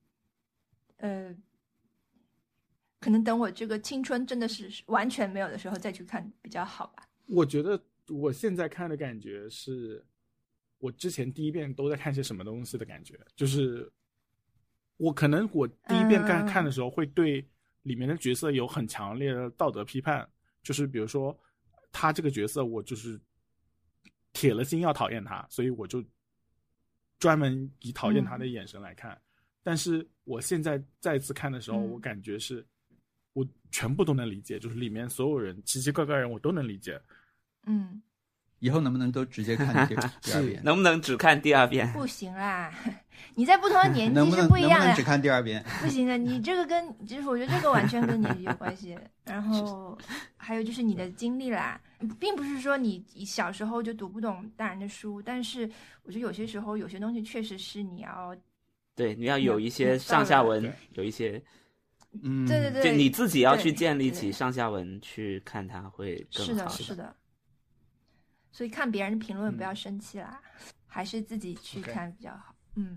可能等我这个青春真的是完全没有的时候再去看比较好吧。我觉得我现在看的感觉是，我之前第一遍都在看些什么东西的感觉，就是我第一遍看的时候会对里面的角色有很强烈的道德批判，就是比如说他这个角色我就是铁了心要讨厌他，所以我就专门以讨厌他的眼神来看。但是我现在再次看的时候，我感觉是我全部都能理解，就是里面所有人奇奇怪怪人我都能理解。 以后能不能都直接看第二遍？ 能不能只看第二遍？ 不行啦，你在不同的年纪是不一样的。 能不能只看第二遍？ 不行的，你这个就是我觉得这个完全跟你有关系。然后还有就是你的经历啦，并不是说你小时候就读不懂大人的书，但是我觉得有些时候有些东西确实是你要有一些上下文，有一些对， 就你自己要去建立起上下文去看它会更好。 是的。所以看别人的评论不要生气啦，还是自己去看比较好。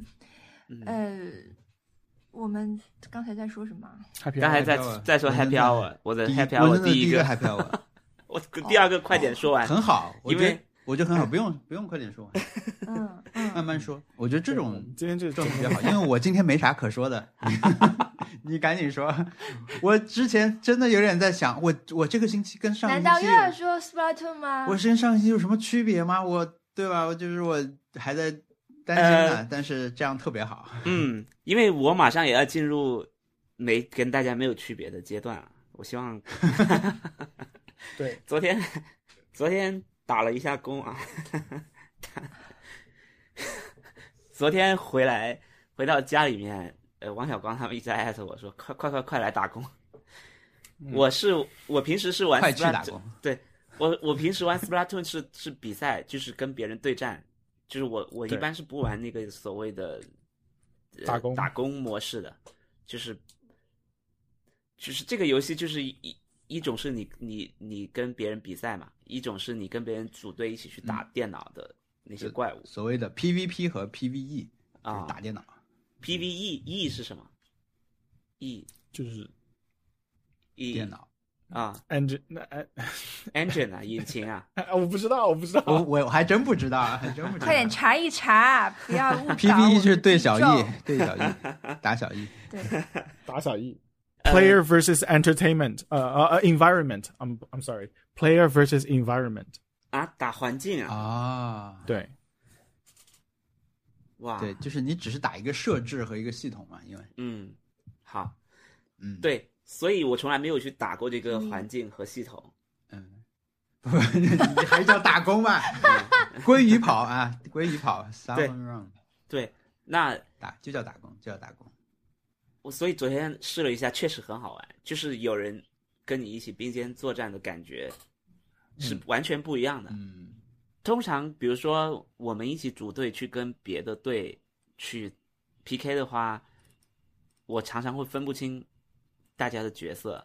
我们刚才在说什么？ 刚才在说 Happy Hour， 我的 Happy Hour 第一个 Happy Hour， 我第二个快点说完。 很好，我觉得很好，不用快点说完，慢慢说。我觉得这种今天这种比较好，因为我今天没啥可说的。你赶紧说，我之前真的有点在想，我这个星期跟上星期， 难道又要说 Splatoon 吗？ 我跟上星期有什么区别吗？对吧？我还在担心呢，但是这样特别好。 因为我马上也要进入跟大家没有区别的阶段了。我希望对， 昨天打了一下工啊，昨天回到家里面， 王小光他们一直在艾特我说快来打工。我平时是玩快去打工。 对，我平时玩 Splatoon 是比赛，就是跟别人对战，就是我一般是不玩那个所谓的打工模式的，就是这个游戏就是一种是你跟别人比赛嘛，一种是你跟别人组队一起去打电脑的那些怪物， 所谓的 PVP 和 PVE 就是打电脑。 PVE 是什么 ？E 就是电脑啊 ，engine 啊，引擎啊。 我不知道， 我还真不知道， 快点查一查，不要误导。 PVE 就是对小易，打小易， 对， 打小易。Player versus entertainment, environment. I'm sorry. Player versus environment. 啊，打环境啊。 啊， 对。 哇， 对，就是你只是打一个设置和一个系统嘛，因为好，对，所以我从来没有去打过这个环境和系统。 你还叫打工吧？鲑鱼跑啊，鲑鱼跑 ，salmon run。 对，那就叫打工，就叫打工。 所以昨天试了一下，确实很好玩，就是有人跟你一起并肩作战的感觉是完全不一样的。通常比如说我们一起组队去跟别的队去 PK 的话，我常常会分不清大家的角色。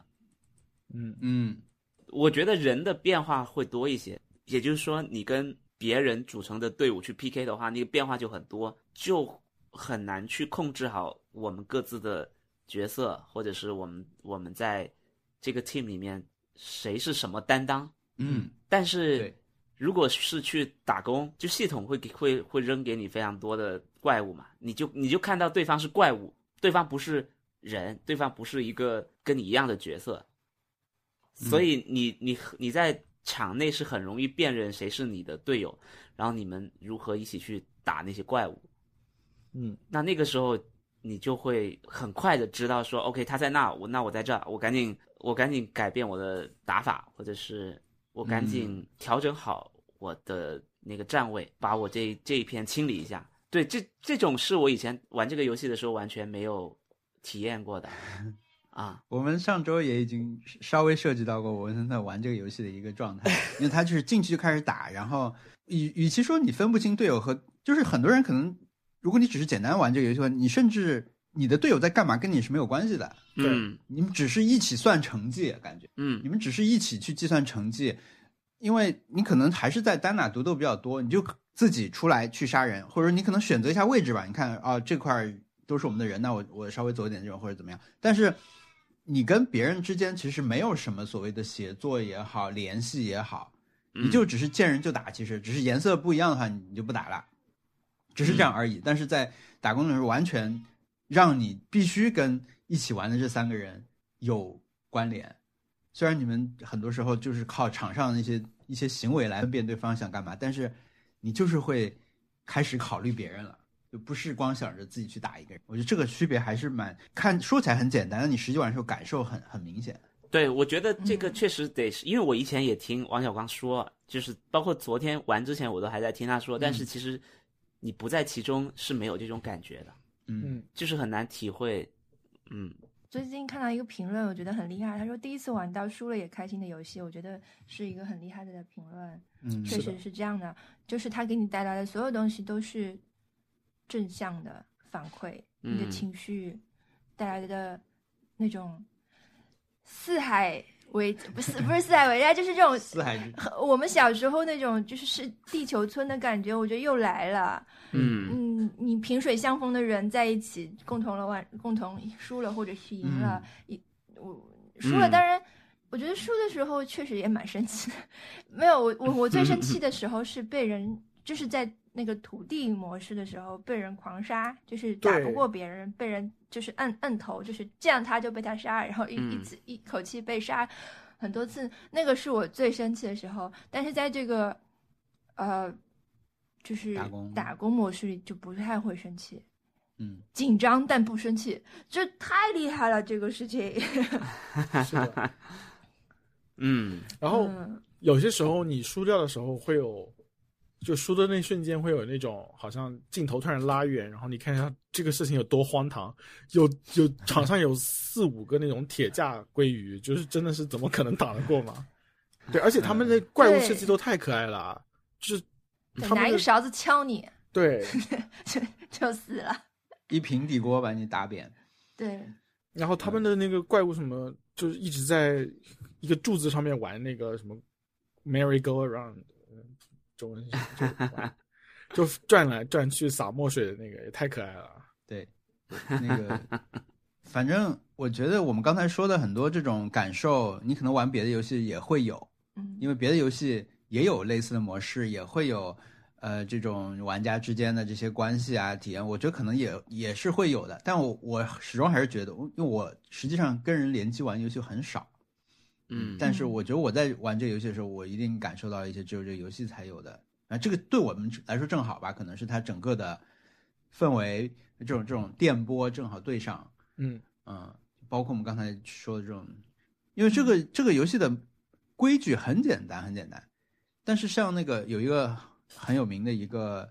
我觉得人的变化会多一些，也就是说你跟别人组成的队伍去 PK 的话，那个变化就很多，就很难去控制好我们各自的角色，或者是我们在这个 team 里面谁是什么担当。但是如果是去打工，就系统会扔给你非常多的怪物嘛，你就看到对方是怪物，对方不是人，对方不是一个跟你一样的角色，所以你在场内是很容易辨认谁是你的队友，然后你们如何一起去打那些怪物。那个时候你就会很快的知道说 OK 他在那我在这，我赶紧改变我的打法，或者是我赶紧调整好我的那个站位，把我这一片清理一下。对，这种是我以前玩这个游戏的时候完全没有体验过的啊。 我们上周也已经稍微涉及到过我们在玩这个游戏的一个状态，因为他就是进去就开始打，然后与其说你分不清队友和，就是很多人可能如果你只是简单玩这个游戏的话，你甚至你的队友在干嘛跟你是没有关系的。你们只是一起算成绩，感觉你们只是一起去计算成绩，因为你可能还是在单打独斗比较多，你就自己出来去杀人，或者你可能选择一下位置吧，你看这块都是我们的人，那我稍微走一点这种或者怎么样。但是你跟别人之间其实没有什么所谓的协作也好，联系也好，你就只是见人就打，其实只是颜色不一样的话你就不打了，只是这样而已。但是在打工的时候完全让你必须跟一起玩的这3个人有关联，虽然你们很多时候就是靠场上的一些行为来分辨对方想干嘛，但是你就是会开始考虑别人了，就不是光想着自己去打一个人。我觉得这个区别还是说起来很简单，但你实际玩的时候感受很明显。 对，我觉得这个确实得是，因为我以前也听王小光说，就是包括昨天玩之前我都还在听他说，但是其实你不在其中是没有这种感觉的。就是很难体会。 最近看到一个评论，我觉得很厉害。他说第一次玩到输了也开心的游戏，我觉得是一个很厉害的评论。确实是这样的，就是他给你带来的所有东西都是正向的反馈，你的情绪带来的那种四海为不是四海为家，就是这种四海我们小时候那种就是地球村的感觉，我觉得又来了。你萍水相逢的人在一起，共同输了或者是赢了，输了，当然我觉得输的时候确实也蛮生气的。没有，我最生气的时候是被人就是在那个土地模式的时候被人狂杀，就是打不过别人，被人就是摁头，就是这样他就被他杀，然后一口气被杀很多次，那个是我最生气的时候。但是在这个就是打工模式里就不太会生气，紧张但不生气，这太厉害了这个事情。 是的。然后有些时候你输掉的时候会有就输的那瞬间会有那种好像镜头突然拉远，然后你看一下这个事情有多荒唐，有场上有4-5个那种铁架鲑鱼，就是真的是怎么可能打得过嘛？对，而且他们的怪物设计都太可爱了，就是他们拿一个勺子敲你， 对， 就死了， 一平底锅把你打扁。 对， 然后他们的那个怪物什么，就是一直在一个柱子上面玩那个什么 Merry Go Around。中文就转来转去洒墨水的那个也太可爱了。 对，那个反正我觉得我们刚才说的很多这种感受，你可能玩别的游戏也会有，因为别的游戏也有类似的模式，也会有这种玩家之间的这些关系啊体验，我觉得可能也是会有的。但我始终还是觉得，因为我实际上跟人联机玩游戏很少。但是我觉得我在玩这个游戏的时候，我一定感受到一些只有这个游戏才有的。这个对我们来说正好吧，可能是它整个的氛围这种电波正好对上。包括我们刚才说的这种，因为这个游戏的规矩很简单很简单，但是像那个有一个很有名的一个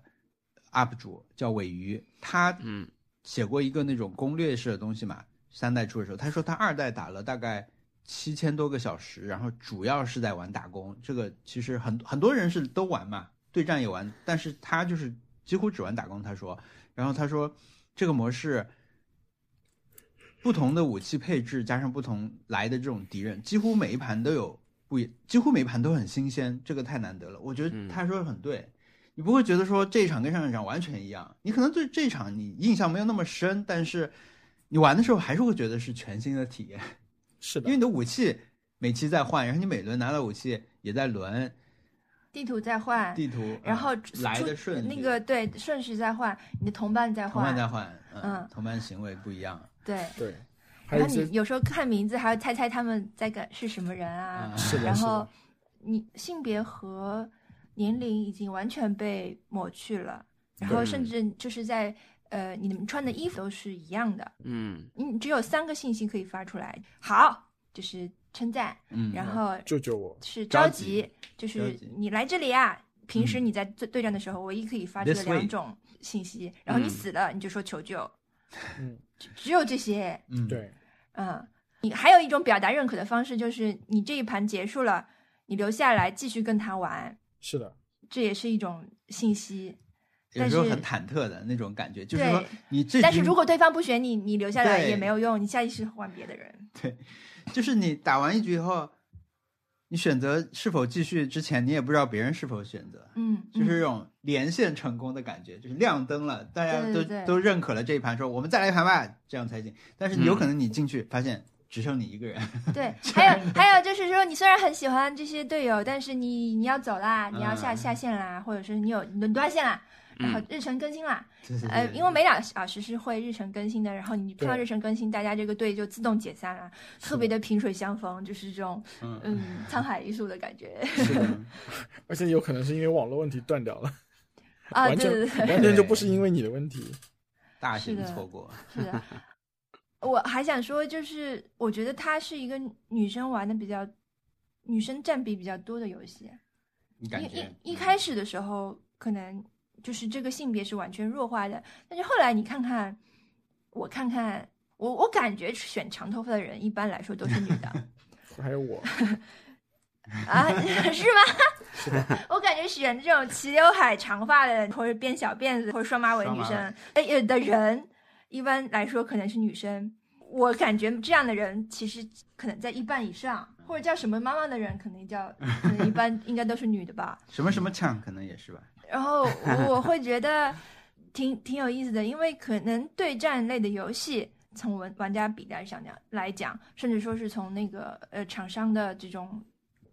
UP 主叫尾鱼，他写过一个那种攻略式的东西嘛，3代出的时候，他说他2代打了大概7000多个小时，然后主要是在玩打工。这个其实很多人是都玩嘛，对战也玩，但是他就是几乎只玩打工。他说，然后他说这个模式不同的武器配置加上不同来的这种敌人，几乎每一盘都有几乎每一盘都很新鲜，这个太难得了。我觉得他说的很对，你不会觉得说这一场跟上一场完全一样，你可能对这一场你印象没有那么深，但是你玩的时候还是会觉得是全新的体验。 是的， 因为你的武器每期在换，然后你每轮拿到武器也在轮， 地图在换， 地图然后来的顺序， 那个对顺序在换，你的同伴在换， 同伴在换，同伴行为不一样， 对对。 然后你有时候看名字还要猜猜他们是什么人啊，然后你性别和年龄已经完全被抹去了，然后甚至就是在你们穿的衣服都是一样的，你只有3个信息可以发出来，好就是称赞，然后救救我是着急，就是你来这里啊。平时你在对战的时候，唯一可以发出的2种信息，然后你死了你就说求救，只有这些， 对， 你还有一种表达认可的方式，就是你这一盘结束了，你留下来继续跟他玩， 是的， 这也是一种信息。 有时候很忐忑的那种感觉，就是说你但是如果对方不选你，你留下来也没有用，你下意识换别的人。 对，就是你打完一局以后，你选择是否继续之前，你也不知道别人是否选择，就是这种连线成功的感觉，就是亮灯了，大家都认可了这一盘，说我们再来一盘吧，这样才行。但是有可能你进去发现只剩你一个人。 对，还有就是说，你虽然很喜欢这些队友，但是你要走啦，你要下线啦，或者是你有轮端线啦。然后日程更新啦，因为每2小时是会日程更新的，然后你碰到日程更新，大家这个队就自动解散了，特别的萍水相逢，就是这种沧海一粟的感觉。 是的，而且有可能是因为网络问题断掉了， 完全就不是因为你的问题， 大型错过。 是的，我还想说，就是我觉得它是一个女生玩的女生占比比较多的游戏。 你感觉一开始的时候可能就是这个性别是完全弱化的，但是后来你看看我感觉选长头发的人一般来说都是女的。 还有我啊，是吗？ 是的， 我感觉选这种齐刘海长发的或者编小辫子或者双马尾女生的人一般来说可能是女生。我感觉这样的人其实可能在1半以上，或者叫什么妈妈的人可能一般应该都是女的吧。 什么什么枪可能也是吧。 然后我会觉得挺有意思的，因为可能对战类的游戏从玩家比例上来讲，甚至说是从那个厂商的这种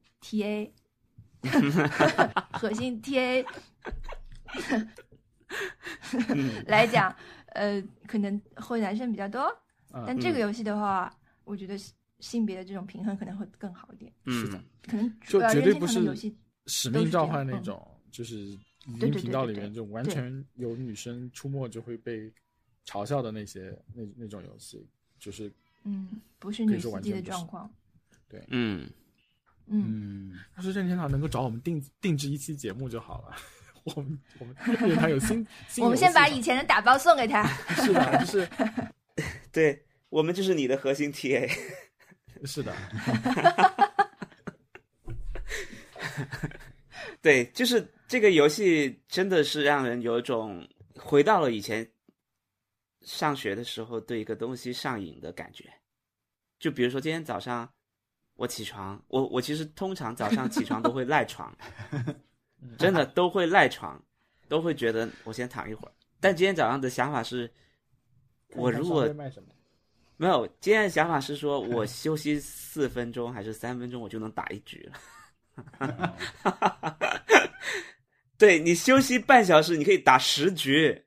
TA 核心 TA 来讲，可能会男生比较多，但这个游戏的话，我觉得性别的这种平衡可能会更好一点。 是的， 可能就绝对不是游戏使命召唤那种，就是语音频道里面就完全有女生出没就会被嘲笑的那种游戏，就是不是女司机的状况。 对，要是任天堂能够找我们定制一期节目就好了， 我们任天堂有新我们先把以前的打包送给他。 是的，就是对，我们就是你的核心 TA。 是的。 对，就是这个游戏真的是让人有一种回到了以前上学的时候对一个东西上瘾的感觉。就比如说今天早上我起床，我其实通常早上起床都会赖床，真的都会赖床，都会觉得我先躺一会儿。但今天早上的想法是，我如果没有，今天的想法是说我休息4分钟还是3分钟，我就能打1局了。对，你休息半小时，你可以打10局。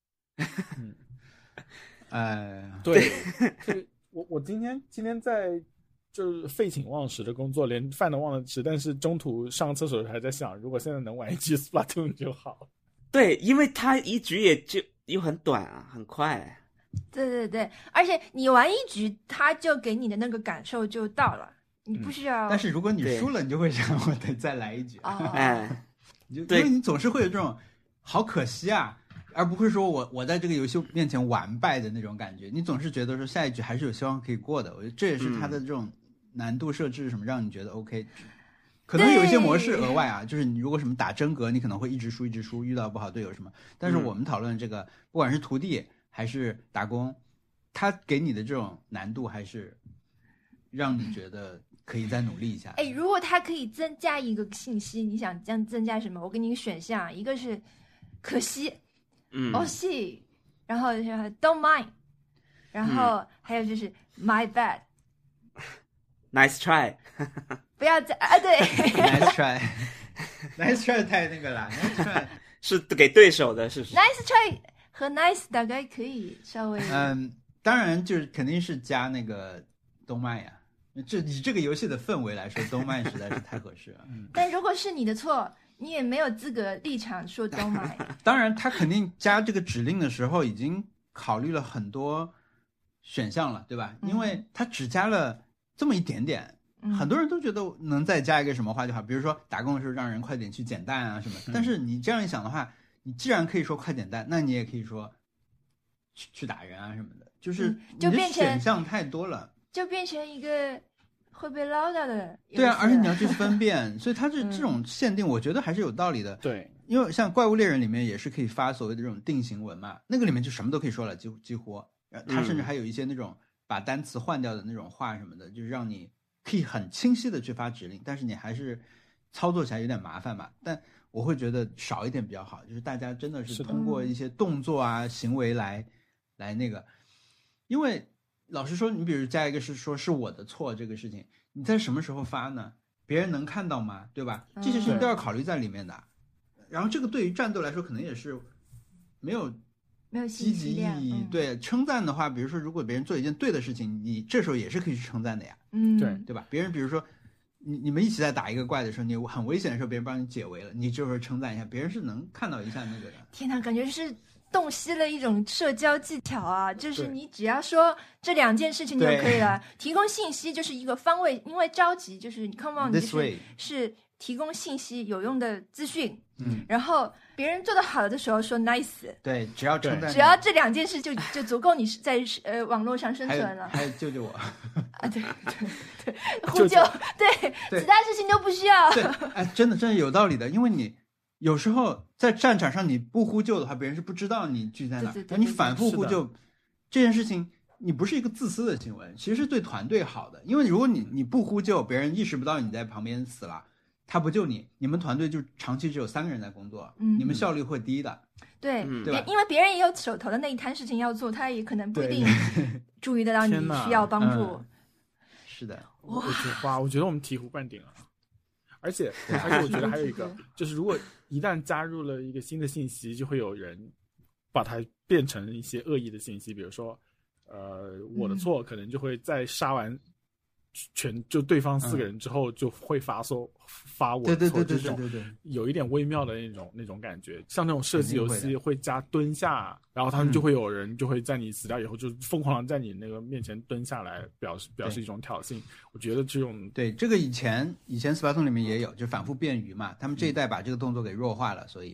对，我今天在就是废寝忘食的工作，连饭都忘了吃，但是中途上厕所还在想，如果现在能玩1局 Splatoon 就好。 对，因为它1局又很短啊，很快。 对对对，而且你玩1局，它就给你的那个感受就到了，你不需要。 但是如果你输了，你就会想我得再来1局。因为你总是会有这种好可惜啊，而不会说我在这个游戏面前完败的那种感觉。你总是觉得说下一局还是有希望可以过的。我觉得这也是它的这种难度设置什么，让你觉得 OK。可能有一些模式额外啊，就是你如果什么打真格，你可能会一直输，遇到不好队友什么。但是我们讨论这个，不管是徒弟还是打工，他给你的这种难度还是让你觉得可以再努力一下。 如果他可以增加一个信息，你想增加什么？我给你一个选项，一个是可惜，惜，然后don't mind， 然后还有就是 my bad。Nice try。 不要再对。 Nice try。Nice try 太那个了。Nice try 是给对手的，是不是 ？Nice try 和 nice 大概可以稍微。 当然就是肯定是加那个动漫呀。以这个游戏的氛围来说，动漫实在是太合适了。 但如果是你的错，你也没有资格立场说动漫。 当然，他肯定加这个指令的时候已经考虑了很多选项了，对吧？因为他只加了这么一点点。很多人都觉得能再加一个什么话就好，比如说打工的时候让人快点去捡蛋啊什么。但是你这样一想的话，你既然可以说快捡蛋，那你也可以说去打人啊什么的，就是你的选项太多了， 就变成一个会被唠叨的。 对啊，而且你要去分辨，所以它这种限定，我觉得还是有道理的。 对， 因为像怪物猎人里面也是可以发所谓的这种定型文嘛，那个里面就什么都可以说了，几乎它甚至还有一些那种把单词换掉的那种话什么的，就是让你可以很清晰的去发指令，但是你还是操作起来有点麻烦嘛。但我会觉得少一点比较好，就是大家真的是通过一些动作啊行为来那个。因为老实说，你比如加一个是说是我的错这个事情，你在什么时候发呢？别人能看到吗？对吧？这些事情都要考虑在里面的。然后这个对于战斗来说可能也是没有积极意义。对，称赞的话，比如说如果别人做一件对的事情，你这时候也是可以去称赞的呀。对吧？别人比如说你们一起在打一个怪的时候，你很危险的时候别人帮你解围了，你这时候称赞一下，别人是能看到一下那个的。 天哪，感觉是洞悉了一种社交技巧啊，就是你只要说这2件事情就可以了。提供信息就是一个方位，因为着急就是你 come on 就是提供信息有用的资讯。然后别人做得好的时候说 nice。 对，只要称赞， 只要这2件事就足够你在网络上生存了。 还有救救我啊，对，呼救，对，其他事情都不需要。 对，真的有道理的，因为你有时候在战场上你不呼救的话，别人是不知道你聚在哪。对，你反复呼救这件事情，你不是一个自私的行为，其实是对团队好的。因为如果你不呼救，别人意识不到你在旁边死了，他不救你，你们团队就长期只有3个人在工作，你们效率会低的。 对，因为别人也有手头的那一摊事情要做，他也可能不一定注意得到你需要帮助。 是的， 我觉得我们醍醐灌顶了。而且我觉得还有一个就是如果一旦加入了一个新的信息，就会有人把它变成一些恶意的信息，比如说我的错，可能就会在杀完就对方4个人之后就会发我的错，这种有一点微妙的那种感觉。像那种射击游戏会加蹲下，然后他们就会有人就会在你死掉以后就疯狂的在你那个面前蹲下来表示一种挑衅。我觉得这种对这个以前 Splatoon 里面也有，就反复变鱼嘛，他们这一代把这个动作给弱化了，所以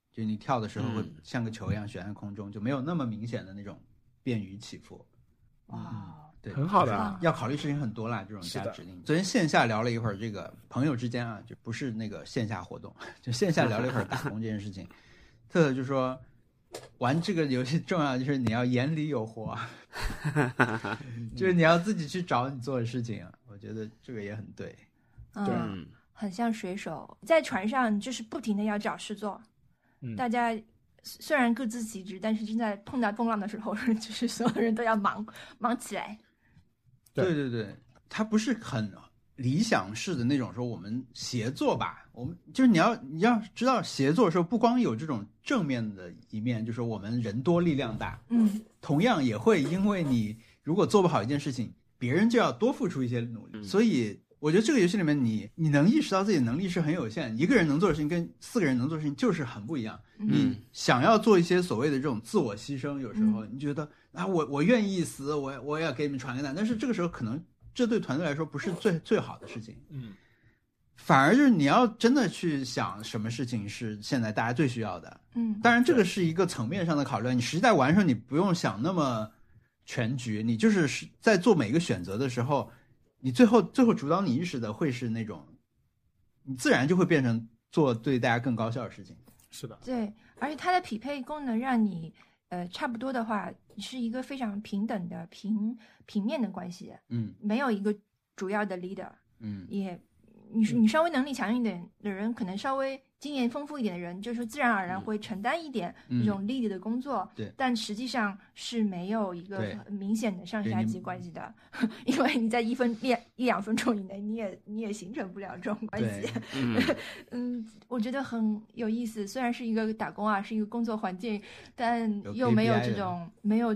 就你跳的时候会像个球一样悬在空中，就没有那么明显的那种便于起伏。对， 很好的， 要考虑事情很多啦，这种下指令。昨天线下聊了一会儿这个朋友之间啊，就不是那个线下活动，就线下聊了一会儿打工这件事情。特特就说，玩这个游戏重要的就是你要眼里有活，就是你要自己去找你做的事情啊。我觉得这个也很对， 对， 很像水手在船上，就是不停的要找事做。大家虽然各司其职，但是正在碰到风浪的时候，就是所有人都要忙起来。 对对对，它不是很理想式的那种说我们协作吧，我们就是你要知道协作的时候不光有这种正面的一面，就是我们人多力量大，同样也会因为你如果做不好一件事情，别人就要多付出一些努力，所以我觉得这个游戏里面你能意识到自己的能力是很有限，一个人能做的事情跟4个人能做的事情就是很不一样。你想要做一些所谓的这种自我牺牲，有时候你觉得啊，我愿意死，我也要给你们传个单，但是这个时候可能这对团队来说不是最好的事情。反而就是你要真的去想什么事情是现在大家最需要的。当然这个是一个层面上的考虑，你实际在玩的时候你不用想那么全局，你就是在做每一个选择的时候，你最后主导你意识的会是那种，你自然就会变成做对大家更高效的事情。 是的， 对，而且它的匹配功能让你差不多的话，是一个非常平等的平面的关系。没有一个主要的 leader。也你稍微能力强一点的人，可能稍微经验丰富一点的人，就是自然而然会承担一点这种 lead 的工作。 对， 但实际上是没有一个明显的上下级关系的，因为你在一两分钟以内，你也形成不了这种关系。我觉得很有意思。虽然是一个打工啊，是一个工作环境，但又没有这种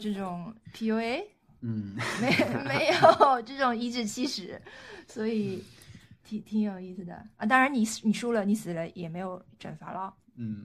PUA。没有这种颐指气使，所以挺有意思的啊。当然你输了，你死了也没有惩罚了。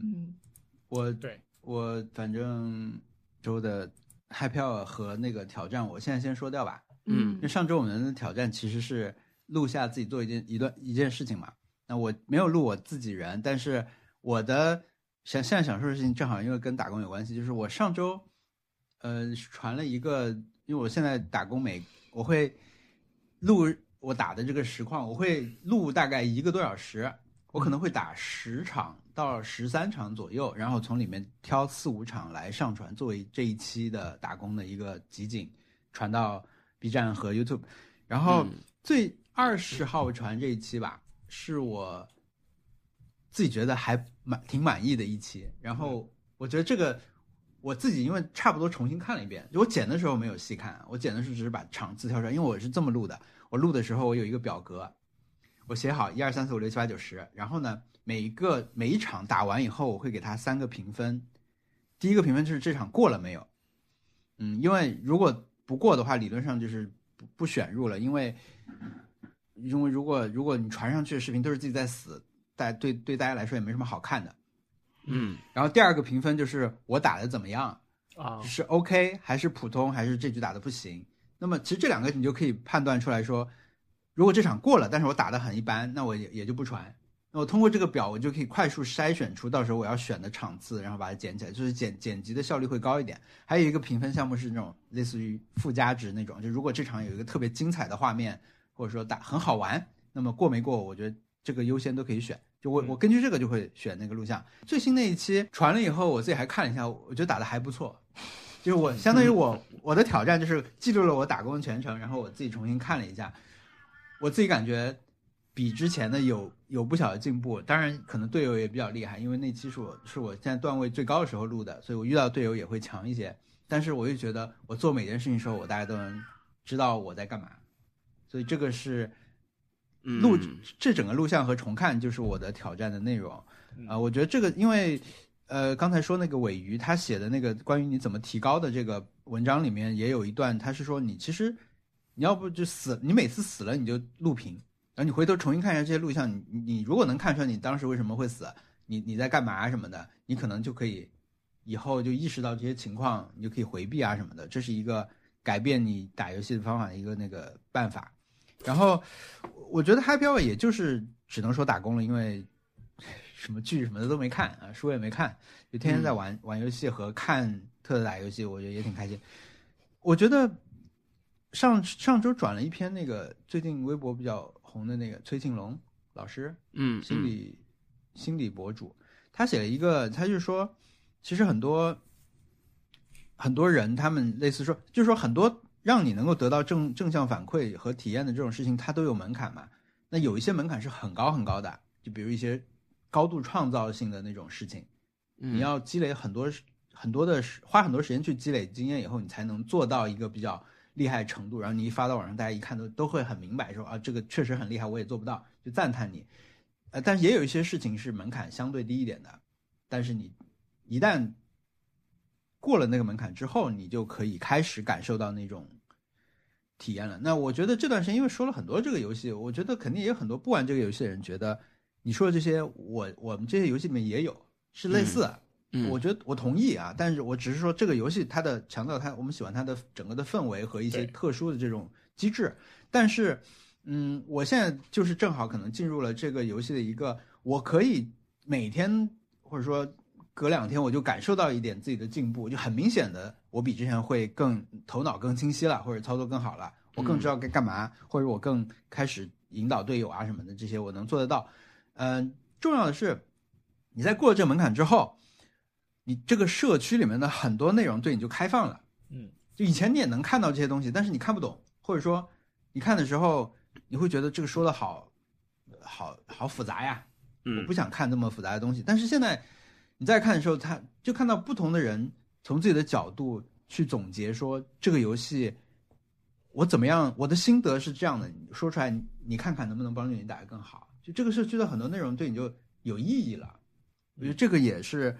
我反正周的 Happy Hour 和那个挑战，我现在先说掉吧。因为上周我们的挑战其实是录下自己做一件事情嘛。那我没有录我自己人，但是我的现在想说的事情正好因为跟打工有关系，就是我上周传了一个。因为我现在打工我会录我打的这个实况，我会录大概1个多小时，我可能会打10场到13场左右，然后从里面挑4、5场来上传，作为这一期的打工的一个集锦，传到 B 站和 YouTube。然后最20号传这一期吧，是我自己觉得还挺满意的一期。然后我觉得这个。我自己因为差不多重新看了一遍，就我剪的时候没有细看，我剪的时候只是把场次挑出来，因为我是这么录的。我录的时候我有一个表格，我写好1、2、3、4、5、6、7、8、9、10，然后呢每一场打完以后，我会给它3个评分。第一个评分就是这场过了没有，因为如果不过的话，理论上就是不选入了，因为如果你传上去的视频都是自己在死，对大家来说也没什么好看的。然后第2个评分就是我打的怎么样是 OK 还是普通，还是这局打的不行。那么其实这2个你就可以判断出来说，如果这场过了，但是我打的很一般，那我也就不传。那我通过这个表，我就可以快速筛选出到时候我要选的场次，然后把它剪起来，就是剪辑的效率会高一点。还有一个评分项目是那种类似于附加值那种，就如果这场有一个特别精彩的画面，或者说很好玩，那么过没过我觉得这个优先都可以选。就我根据这个就会选那个录像。最新那一期传了以后，我自己还看了一下，我觉得打的还不错。就是我相当于我的挑战就是记录了我打工的全程，然后我自己重新看了一下，我自己感觉比之前的有不小的进步。当然可能队友也比较厉害，因为那期是我现在段位最高的时候录的，所以我遇到队友也会强一些。但是我就觉得我做每件事情的时候，我大家都能知道我在干嘛，所以这个是这整个录像和重看就是我的挑战的内容。我觉得这个因为刚才说那个尾鱼他写的那个关于你怎么提高的这个文章里面也有一段，他是说你其实你要不就你每次死了你就录屏，然后你回头重新看一下这些录像，你如果能看出来你当时为什么会死，你在干嘛什么的，你可能就可以以后就意识到这些情况，你就可以回避啊什么的，这是一个改变你打游戏的方法的一个那个办法。然后我觉得 Happy Hour 也就是只能说打工了，因为什么剧什么的都没看啊，书也没看，就天天在玩游戏和看特特打游戏，我觉得也挺开心。我觉得上周转了一篇那个最近微博比较红的那个崔庆龙老师，心理博主，他写了一个，他就说，其实很多人他们类似说，就是说很多让你能够得到正向反馈和体验的这种事情，它都有门槛嘛。那有一些门槛是很高很高的，就比如一些高度创造性的那种事情，你要积累很多的花很多时间去积累经验以后，你才能做到一个比较厉害程度。然后你一发到网上，大家一看都会很明白说啊，这个确实很厉害，我也做不到，就赞叹你。但是也有一些事情是门槛相对低一点的，但是你一旦过了那个门槛之后，你就可以开始感受到那种体验了。那我觉得这段时间因为说了很多这个游戏，我觉得肯定也有很多不玩这个游戏的人觉得你说的这些我们这些游戏里面也有是类似的，我觉得我同意啊，但是我只是说这个游戏它的强调我们喜欢它的整个的氛围和一些特殊的这种机制。但是我现在就是正好可能进入了这个游戏的一个，我可以每天或者说隔2天我就感受到一点自己的进步，就很明显的我比之前会更头脑更清晰了，或者操作更好了，我更知道该干嘛，或者我更开始引导队友啊什么的，这些我能做得到。重要的是你在过了这个门槛之后，你这个社区里面的很多内容对你就开放了。就以前你也能看到这些东西，但是你看不懂，或者说你看的时候你会觉得这个说的好复杂呀，我不想看这么复杂的东西。但是现在你再看的时候，他就看到不同的人从自己的角度去总结说这个游戏我怎么样，我的心得是这样的，说出来你看看能不能帮助你打得更好。就这个社区的很多内容对你就有意义了，我觉得这个也是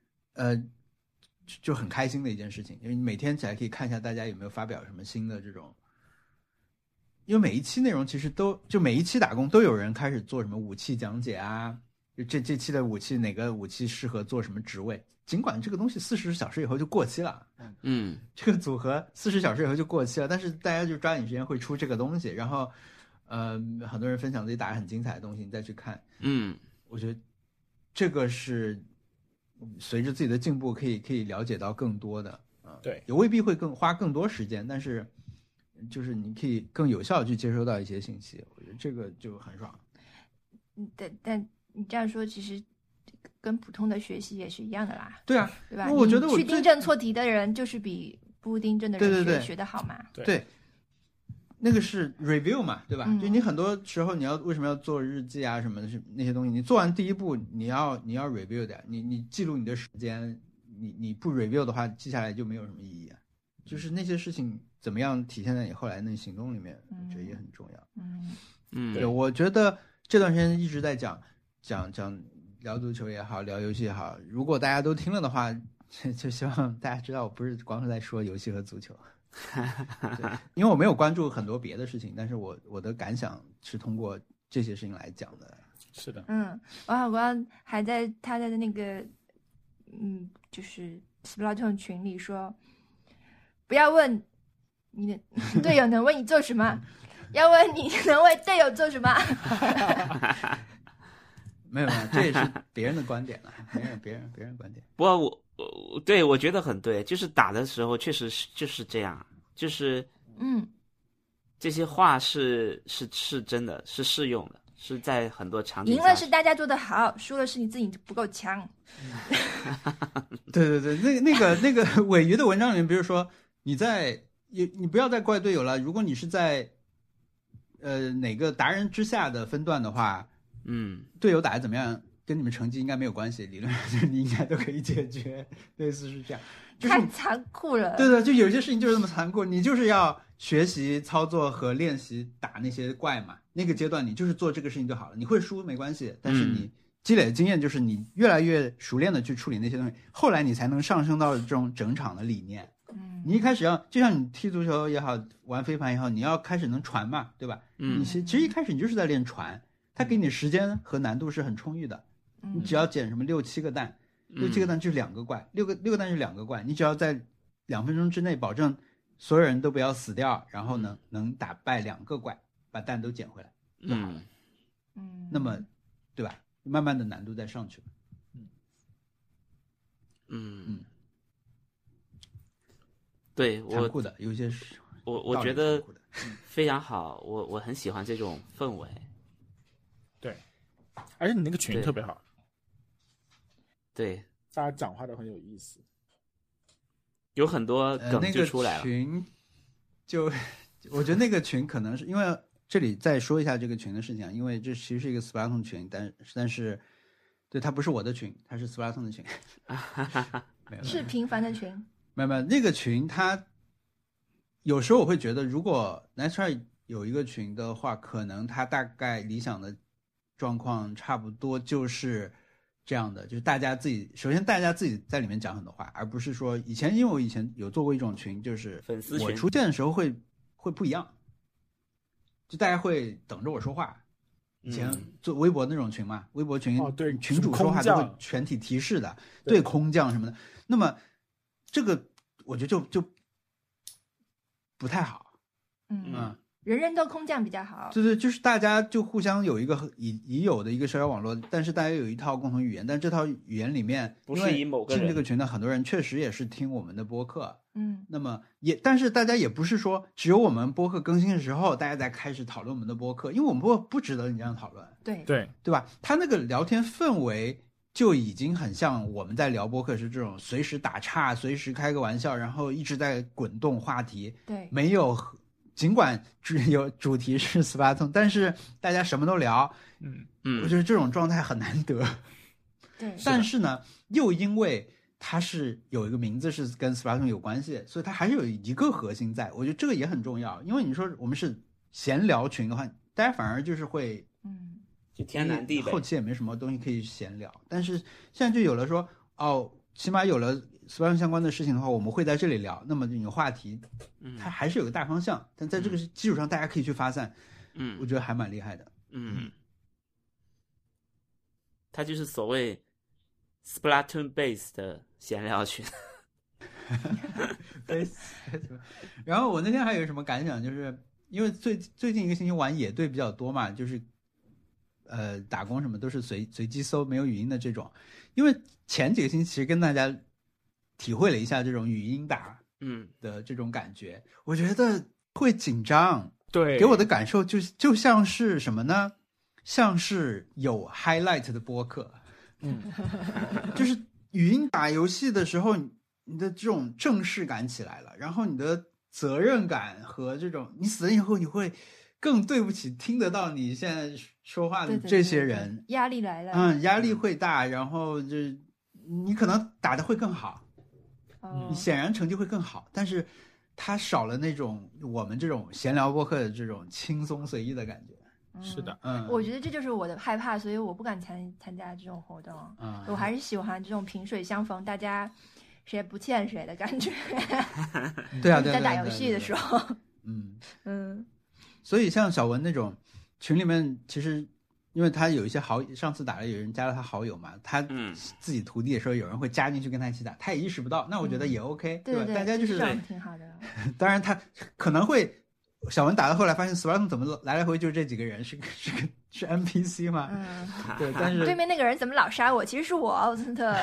就很开心的一件事情，因为你每天起来可以看一下大家有没有发表什么新的这种，因为每一期内容其实就每一期打工都有人开始做什么武器讲解啊，就这期的武器哪个武器适合做什么职位，尽管这个东西40小时以后就过期了，这个组合40小时以后就过期了，但是大家就抓紧时间会出这个东西，然后很多人分享自己打得很精彩的东西，你再去看，我觉得这个是随着自己的进步可以了解到更多的， 对， 也未必会花更多时间，但是就是你可以更有效的去接收到一些信息，我觉得这个就很爽。 但你这样说其实跟普通的学习也是一样的啦。 对啊， 对吧？ 我觉得去订正错题的人就是比不订正的人学得好嘛。 对，那个是 review 嘛，对吧？就你很多时候你为什么要做日记啊什么的，那些东西，你做完第一步你要 review 的，你记录你的时间，你不 review 的话，记下来就没有什么意义啊。就是那些事情怎么样体现在你后来那行动里面，我觉得也很重要。对，我觉得这段时间一直在讲聊足球也好，聊游戏也好，如果大家都听了的话，就希望大家知道我不是光是在说游戏和足球。对，因为我没有关注很多别的事情，但是我的感想是通过这些事情来讲的。 是的， 王小光还在他的那个就是 Splatoon 群里说，不要问你的队友能为你做什么，要问你能为队友做什么。 没有，这也是别人的观点了，别人观点。 不过我觉得很对，就是打的时候确实就是这样，就是这些话是真的，是适用的，是在很多场景下。 赢了是大家做得好，输了是你自己不够强。 对，那个尾鱼的文章里面，比如说你不要再怪队友了，如果你是在哪个达人之下的分段的话，队友打得怎么样跟你们成绩应该没有关系，理论上你应该都可以解决，类似是这样。就是太残酷了。 对的，就有些事情就是这么残酷，你就是要学习操作和练习打那些怪嘛，那个阶段你就是做这个事情就好了，你会输没关系，但是你积累的经验就是你越来越熟练的去处理那些东西，后来你才能上升到这种整场的理念。你一开始就像你踢足球也好，玩飞盘也好，你要开始能传嘛，对吧？你其实一开始你就是在练传，它给你时间和难度是很充裕的，你只要捡什么6-7个蛋，6-7个蛋就是2个怪，6个蛋是2个怪，你只要在2分钟之内保证所有人都不要死掉，然后呢能打败2个怪，把蛋都捡回来就好了。那么对吧？ 慢慢的难度再上去了。 对， 残酷的有些是我觉得非常好，我很喜欢这种氛围。 对，而且你那个群特别好。 对， 大家讲话都很有意思， 有很多梗就出来了。 那个群就我觉得那个群可能是因为这里再说一下这个群的事情啊，因为这其实是一个斯巴通群，但是对它不是我的群，它是斯巴通的群， 是平凡的群。 没有那个群，它有时候我会觉得，如果 Nice Try 有一个群的话，可能它大概理想的状况差不多就是这样的，就是大家自己在里面讲很多话，而不是说因为我以前有做过一种群，就是粉丝群， 我出现的时候会不一样，就大家会等着我说话。以前做微博那种群嘛，微博群对群主说话都会全体提示的，对空降什么的。那么这个我觉得就不太好。 人人都空降比较好。 对，就是大家就互相有一个已有的一个社交网络，但是大家有一套共同语言，但这套语言里面不是以某个人进这个群的很多人确实也是听我们的播客。那么但是大家也不是说只有我们播客更新的时候大家才开始讨论我们的播客，因为我们播客不值得你这样讨论。 对吧？他那个聊天氛围就已经很像我们在聊播客是这种随时打岔，随时开个玩笑，然后一直在滚动话题。 对， 没有，尽管有主题是斯巴通，但是大家什么都聊。我觉得这种状态很难得。 对， 但是呢，又因为它是有一个名字是跟斯巴通有关系，所以它还是有一个核心在。我觉得这个也很重要，因为你说我们是闲聊群的话，大家反而就是会就天南地北， 后期也没什么东西可以闲聊。但是现在就有了说起码有了斯巴通相关的事情的话，我们会在这里聊。那么你的话题，它还是有个大方向，但在这个基础上，大家可以去发散。我觉得还蛮厉害的。 它就是所谓 Splatoon base 的闲聊群。 然后我那天还有什么感想，就是因为最近一个星期玩野队比较多嘛，就是打工什么都是随机搜，没有语音的这种。因为前几个星期其实跟大家体会了一下这种语音打的这种感觉，我觉得会紧张。 对， 给我的感受就像是什么呢？像是有 highlight 的播客。就是语音打游戏的时候，你的这种正式感起来了，然后你的责任感和这种你死了以后你会更对不起听得到你现在说话的这些人。 对，压力来了。 压力会大，然后就你可能打得会更好，你显然成绩会更好，但是它少了那种我们这种闲聊播客的这种轻松随意的感觉。 是的， 我觉得这就是我的害怕，所以我不敢参加这种活动。我还是喜欢这种萍水相逢，大家谁也不欠谁的感觉。 对啊， 在打游戏的时候。 所以像小文那种群里面，其实因为他有一些上次打了有人加了他好友嘛，他自己徒弟的时候有人会加进去跟他一起打，他也意识不到，那我觉得也 OK， 对吧？大家就是挺好的。 当然他可能会小文打到后来发现 Splatoon 怎么来回就这几个人是 NPC 吗？对，但是对面那个人怎么老杀我？其实是我奥斯特。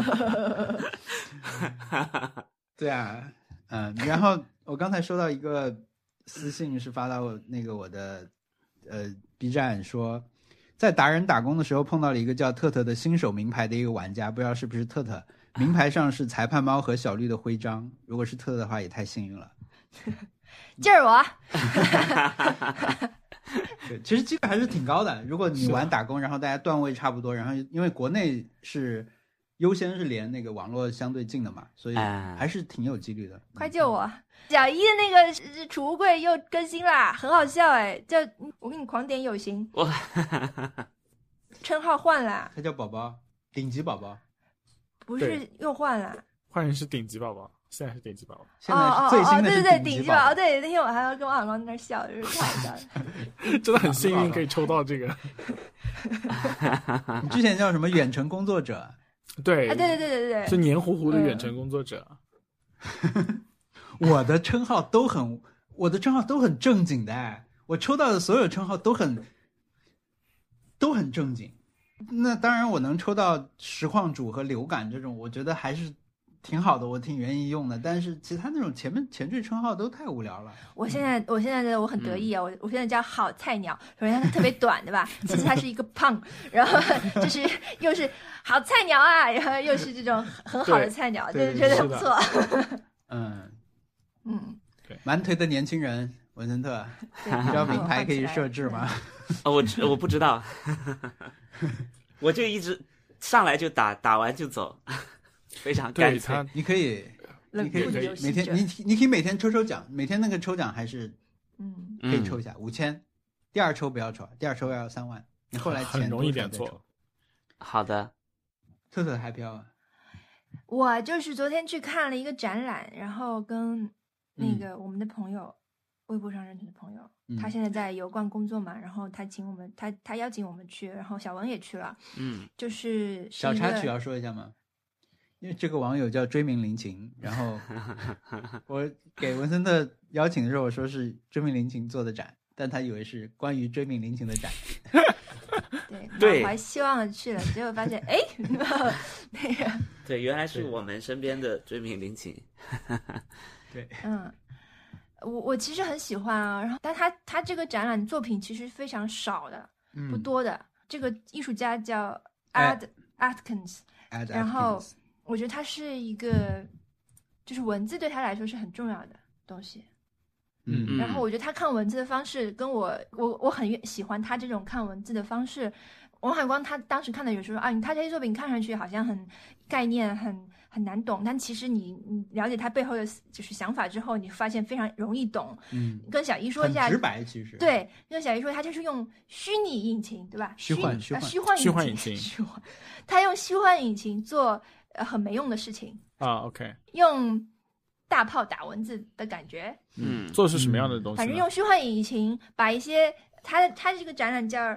对啊，然后我刚才收到一个私信是发到那个我的B 站说，在达人打工的时候碰到了一个叫特特的新手名牌的一个玩家，不知道是不是特特，名牌上是裁判猫和小绿的徽章，如果是特特的话也太幸运了。 就是我。 对，其实机会还是挺高的，如果你玩打工，然后大家段位差不多，然后因为国内是优先是连那个网络相对近的嘛，所以还是挺有几率的。 快救我！小一的那个储物柜又更新啦，很好笑哎！我给你狂点有形，称号换了， 他叫宝宝，顶级宝宝， 不是又换了？ 换成是顶级宝宝，现在是顶级宝宝， 现在是最新的是顶级宝宝。对，那天我还要跟我老公在那笑，就是太笑了。 真的很幸运可以抽到这个。 你之前叫什么远程工作者？ 对， 对， 是黏糊糊的远程工作者。 我的称号都很正经的，我抽到的所有称号都很正经。 那当然，我能抽到实况主和流感这种，我觉得还是挺好的，我挺愿意用的。但是其他那种前缀称号都太无聊了。 我现在我很得意啊，我现在叫好菜鸟。首先它特别短，对吧？其实它是一个胖，然后就是又是好菜鸟啊，然后又是这种很好的菜鸟，就是觉得不错。 对，蛮推的年轻人，文森特，你知道名牌可以设置吗？ 我不知道，我就一直上来就打完就走，非常干脆。 你可以每天你可以每天抽奖，每天那个抽奖还是可以抽一下5000，第二抽不要抽，第二抽要3万，你后来很容易点错。 好的， 特特还飘啊。 我就是昨天去看了一个展览，然后跟那个我们的朋友，微博上认识的朋友，他现在在油罐工作嘛，然后他请我们，他邀请我们去，然后小文也去了，就是小插曲要说一下吗？因为这个网友叫追名林琴，然后我给文森特邀请的时候，我说是追名林琴做的展，但他以为是关于追名林琴的展。 对，满怀希望的去了，结果发现，哎，那个， 对，原来是我们身边的追名林琴。 对， 我其实很喜欢啊，然后但他这个展览作品其实非常少的，不多的。这个艺术家叫 Atkins， 然后我觉得他是一个，就是文字对他来说是很重要的东西。然后我觉得他看文字的方式跟我很喜欢他这种看文字的方式。王海光他当时看的有时候啊，他这些作品看上去好像很概念很难懂，但其实你了解他背后的就是想法之后，你发现非常容易懂。跟小一说一下， 很直白其实。 对，跟小一说，他就是用虚拟引擎，对吧？虚幻引擎，他用虚幻引擎做很没用的事情啊。OK， 用大炮打蚊子的感觉。 做的是什么样的东西？ 反正用虚幻引擎把一些他这个展览叫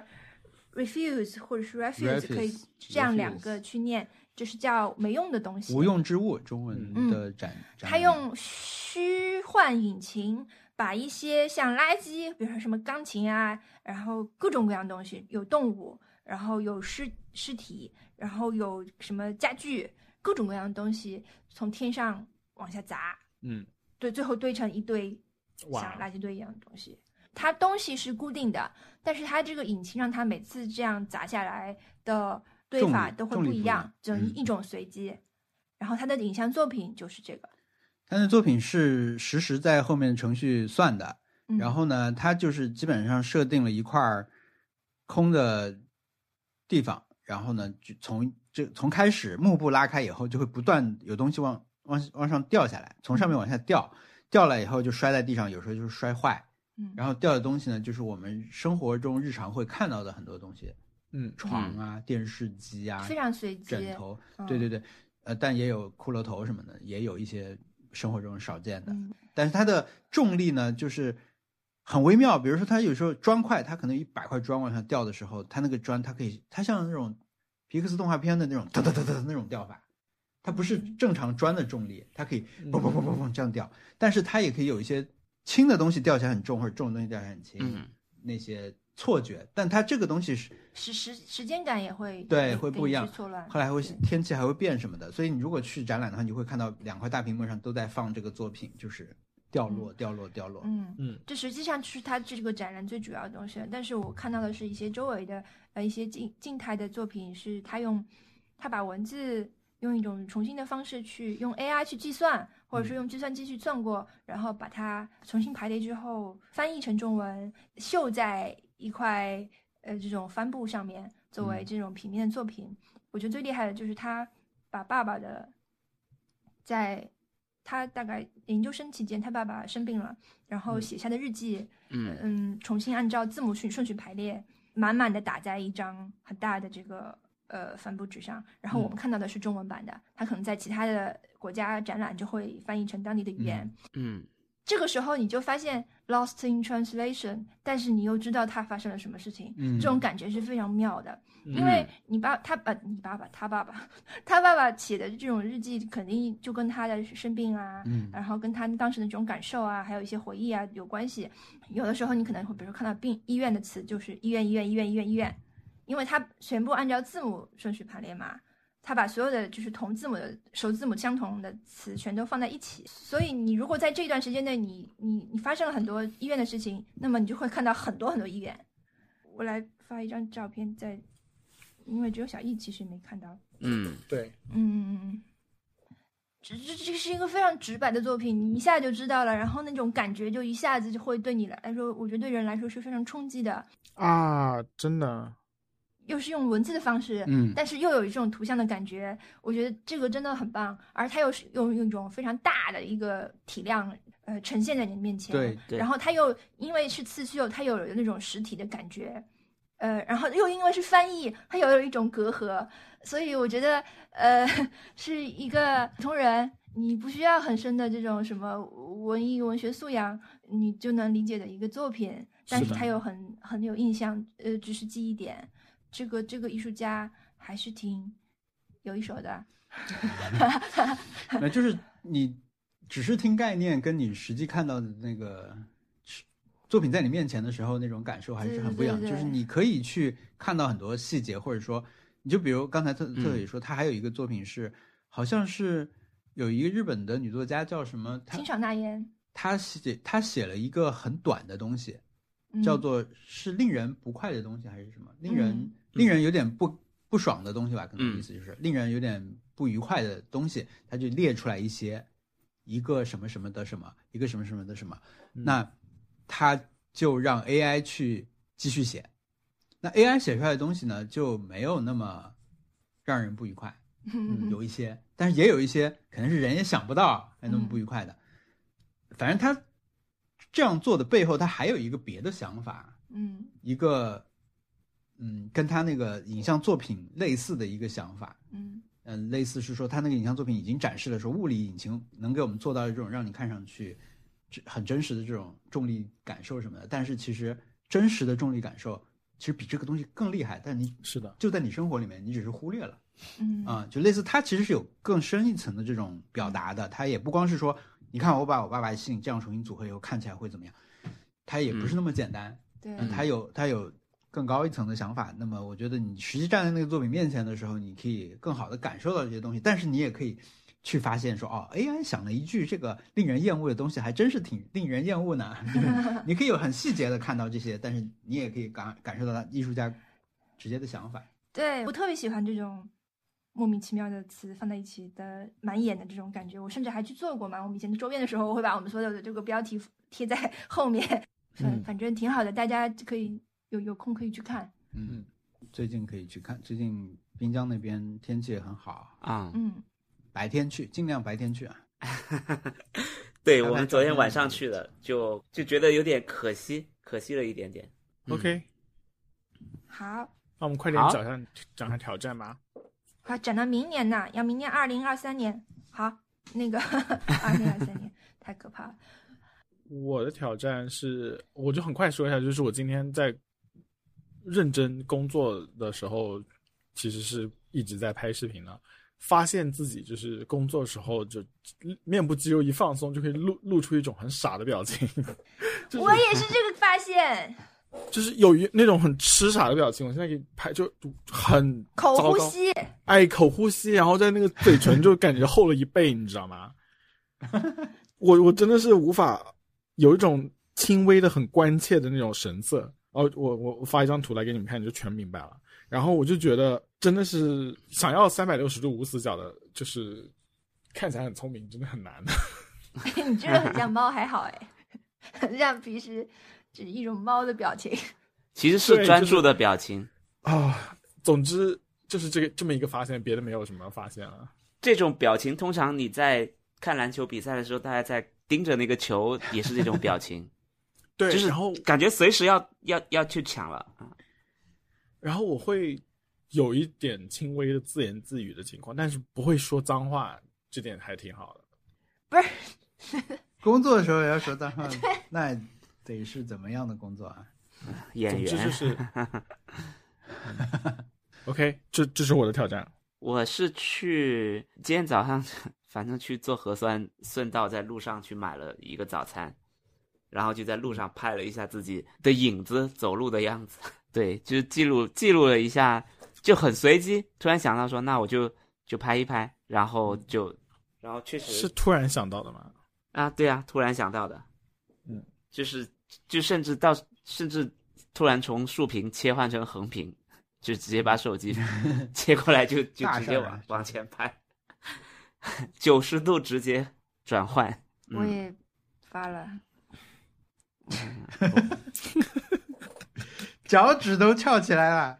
refuse 或者是 refuse， 可以这样两个去念，就是叫没用的东西， 无用之物，中文的展。 他用虚幻引擎把一些像垃圾，比如说什么钢琴啊，然后各种各样的东西，有动物，然后有尸体，然后有什么家具，各种各样的东西从天上往下砸，对，最后堆成一堆像垃圾堆一样的东西。它东西是固定的，但是它这个引擎让它每次这样砸下来的堆法都会不一样，只一种随机。然后它的影像作品就是这个， 它的作品是实时在后面程序算的，然后呢，它就是基本上设定了一块空的地方，然后呢，就从开始幕布拉开以后，就会不断有东西往上掉下来，从上面往下掉了以后就摔在地上，有时候就是摔坏。然后掉的东西呢，就是我们生活中日常会看到的很多东西，床啊、电视机啊， 非常随机， 枕头，对，但也有骷髅头什么的，也有一些生活中少见的。但是它的重力呢，就是很微妙。比如说，它有时候砖块，它可能100块砖往下掉的时候，它那个砖，它像那种皮克斯动画片的那种哒哒哒哒那种掉法，它不是正常砖的重力，它可以嘣嘣嘣嘣嘣这样掉，但是它也可以有一些轻的东西掉起来很重，或者重的东西掉起来很轻，那些错觉。但它这个东西时间感也会会不一样，后来天气还会变什么的。所以你如果去展览的话，你会看到2块大屏幕上都在放这个作品，就是掉落。 这实际上就是它这个展览最主要的东西。但是我看到的是一些周围的一些静态的作品，是他把文字用一种重新的方式去用 AI 去计算，或者是用计算机去算过，然后把它重新排列之后翻译成中文，绣在一块这种帆布上面，作为这种平面的作品。我觉得最厉害的就是他把爸爸的，在他大概研究生期间，他爸爸生病了，然后写下的日记，重新按照字母顺序排列，满满的打在一张很大的这个帆布纸上，然后我们看到的是中文版的，它可能在其他的国家展览就会翻译成当地的语言。这个时候你就发现 lost in translation， 但是你又知道它发生了什么事情，这种感觉是非常妙的。因为他爸爸写的这种日记，肯定就跟他的生病啊，然后跟他当时的这种感受啊，还有一些回忆啊有关系。有的时候你可能会比如说看到医院的词，就是医院， 因为它全部按照字母顺序排列嘛，它把所有的就是同字母的首字母相同的词全都放在一起，所以你如果在这段时间内你发生了很多医院的事情，那么你就会看到很多很多医院。我来发一张照片，因为只有小易其实没看到。 对， 这是一个非常直白的作品，你一下就知道了，然后那种感觉就一下子就会对你来说，我觉得对人来说是非常冲击的啊，真的。 又是用文字的方式，但是又有这种图像的感觉，我觉得这个真的很棒，而它又是用一种非常大的一个体量呈现在你面前， 对， 然后它又因为是刺绣，它有那种实体的感觉，然后又因为是翻译，它有一种隔阂，所以我觉得是一个普通人你不需要很深的这种什么文学素养，你就能理解的一个作品，但是它又很有印象，只是记忆点。这个艺术家还是挺有一手的。 那就是你只是听概念，跟你实际看到的那个作品在你面前的时候那种感受还是很不一样。 对， 就是你可以去看到很多细节，或者说你就比如刚才特也说，他还有一个作品是好像是有一个日本的女作家叫什么清爽纳言， 她写了一个很短的东西，叫做是令人不快的东西还是什么，令人有点不爽的东西吧，可能意思就是令人有点不愉快的东西，他就列出来一个什么什么的什么，一个什么什么的什么，那他就让 AI 去继续写，那 AI 写出来的东西呢就没有那么让人不愉快，有一些，但是也有一些可能是人也想不到还那么不愉快的，反正他这样做的背后他还有一个别的想法，一个跟他那个影像作品类似的一个想法，类似是说他那个影像作品已经展示了说物理引擎能给我们做到这种让你看上去很真实的这种重力感受什么的，但是其实真实的重力感受其实比这个东西更厉害，但你是的就在你生活里面你只是忽略了，就类似它其实是有更深一层的这种表达的，它也不光是说你看我把我爸爸姓这样重新组合以后看起来会怎么样，它也不是那么简单， 对， 它有更高一层的想法。那么我觉得你实际站在那个作品面前的时候，你可以更好的感受到这些东西，但是你也可以去发现说AI 想了一句这个令人厌恶的东西还真是挺令人厌恶呢，你可以有很细节的看到这些，但是你也可以感受到他艺术家直接的想法。 对，我特别喜欢这种莫名其妙的词放在一起的满眼的这种感觉，我甚至还去做过嘛，我们以前的周边的时候我会把我们所有的这个标题贴在后面，反正挺好的，大家可以有空可以去看。 最近可以去看，最近滨江那边天气也很好啊， 白天去，尽量白天去啊。 对，我们昨天晚上去的，就觉得有点可惜了一点点。 OK， 好， 那我们快点讲下挑战吧。 好，讲到明年呢，要明年2023年。好，那个2023年太可怕了。 我的挑战是，我就很快说一下，就是我今天在认真工作的时候，其实是一直在拍视频的，发现自己就是工作的时候就面部肌肉一放松，就可以露出一种很傻的表情。 我也是这个发现。 就是有那种很痴傻的表情，我现在给拍就很口呼吸， 口呼吸，然后在那个嘴唇就感觉厚了一倍，你知道吗？我真的是无法有一种轻微的很关切的那种神色。我发一张图来给你们看，你就全明白了。然后我就觉得真的是想要360度无死角的，就是看起来很聪明，真的很难。 你这个很像猫还好很像平时只是一种猫的表情， 其实是专注的表情总之就是这么一个发现，别的没有什么发现了。 这种表情通常你在看篮球比赛的时候，大家在盯着那个球，也是这种表情。 对， 就是然后感觉随时要去抢了。 然后我会有一点轻微的自言自语的情况，但是不会说脏话，这点还挺好的。 不是工作的时候也要说脏话，那得是怎么样的工作啊？ 演员。 总之就是OK， 这是我的挑战。 我是去今天早上反正去做核酸，顺道在路上去买了一个早餐， 然后就在路上拍了一下自己的影子走路的样子，对，就是记录了一下，就很随机，突然想到说那我就拍一拍，然后确实是突然想到的吗？ 啊，对啊，突然想到的，甚至突然从竖屏切换成横屏，就直接把手机切过来就直接往前拍，90度直接转换。 我也发了， 脚趾都翘起来了。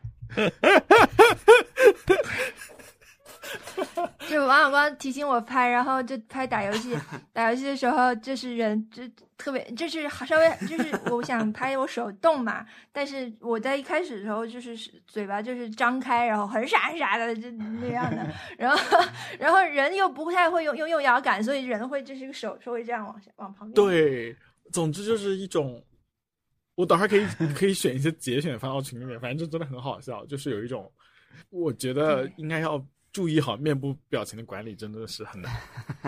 就王小光提醒我拍，然后就拍打游戏的时候，就是人就特别，就是稍微就是我想拍我手动嘛，但是我在一开始的时候就是嘴巴就是张开，然后很傻的就那样的，然后人又不太会用摇杆，所以人会就是手会这样往旁边。 对，总之就是一种，我等会可以选一些节选放到群里面，反正就真的很好笑，就是有一种，我觉得应该要注意好面部表情的管理，真的是很难。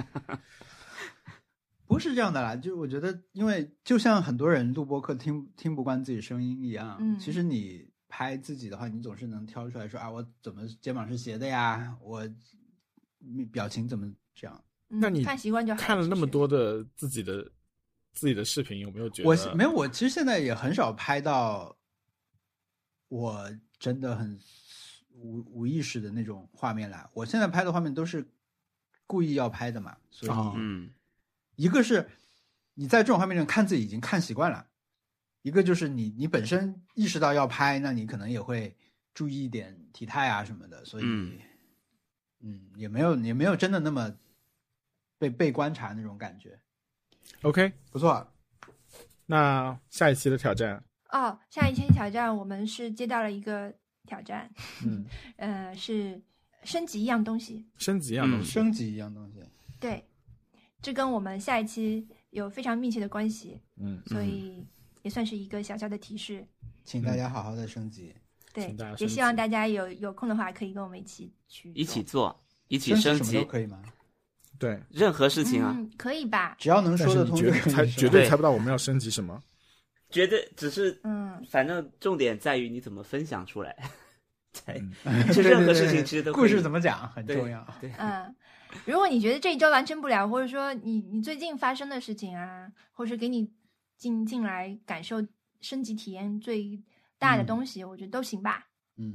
不是这样的啦，就我觉得，因为就像很多人录播客听不惯自己声音一样，其实你拍自己的话，你总是能挑出来说啊，我怎么肩膀是斜的呀，我表情怎么这样。 那你看习惯就好。 看了那么多的自己的视频，有没有觉得？ 我其实现在也很少拍到我真的很无意识的那种画面来。我现在拍的画面都是故意要拍的嘛，所以一个是你在这种画面上看自己已经看习惯了，一个就是你本身意识到要拍，那你可能也会注意一点体态啊什么的，所以也没有真的那么被观察那种感觉。 OK， 不错。 那下一期的挑战下一期挑战我们是接到了一个挑战，是升级一样东西。 升级一样东西。 对，这跟我们下一期有非常密切的关系。所以也算是一个小小的提示， 请大家好好的升级。 对，也希望大家有空的话可以跟我们一起做，一起升级， 都可以吗？ 对， 任何事情啊， 可以吧？ 只要能说得通， 绝对猜不到我们要升级什么。 绝对只是反正重点在于你怎么分享出来。就任何事情其实都可以， 故事怎么讲很重要。 对， 如果你觉得这一周完成不了，或者说你最近发生的事情啊，或者是给你进来感受升级体验最大的东西，我觉得都行吧。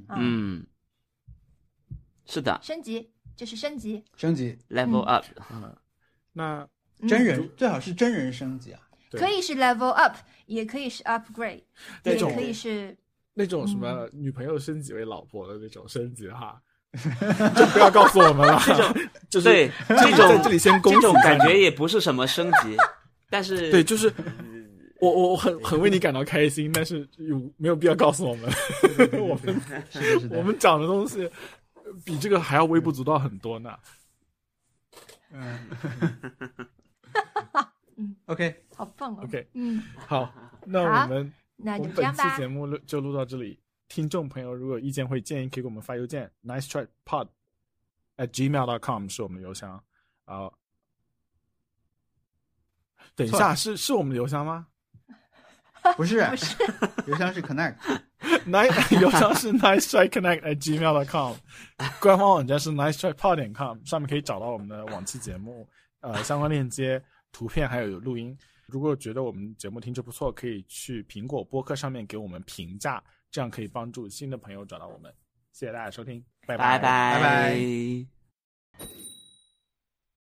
是的， 升级就是升级 level up。 那真人最好是真人升级啊， 可以是 level up， 也可以是 upgrade， 也可以是那种什么女朋友升级为老婆的那种升级哈，就不要告诉我们了。就是对这种在这里先恭喜， 这种感觉也不是什么升级，但是对，就是我很为你感到开心，但是没有必要告诉我们，我们讲的东西比这个还要微不足道很多呢。 OK， 好棒哦。 OK， 好，那我们本那就这样吧。 期节目就录到这里。听众朋友如果有意见或建议，可以给我们发邮件 nicetripod@gmail.com 是我们的邮箱。等一下，是我们的邮箱吗？ 不是，邮箱是 connect， 邮箱是 nicetripodconnect@gmail.com， 官方网站是 nicetripod.com， 上面可以找到我们的往期节目相关链接、图片还有录音。如果觉得我们节目听着不错，可以去苹果播客上面给我们评价，这样可以帮助新的朋友找到我们。谢谢大家收听，拜拜。 拜拜。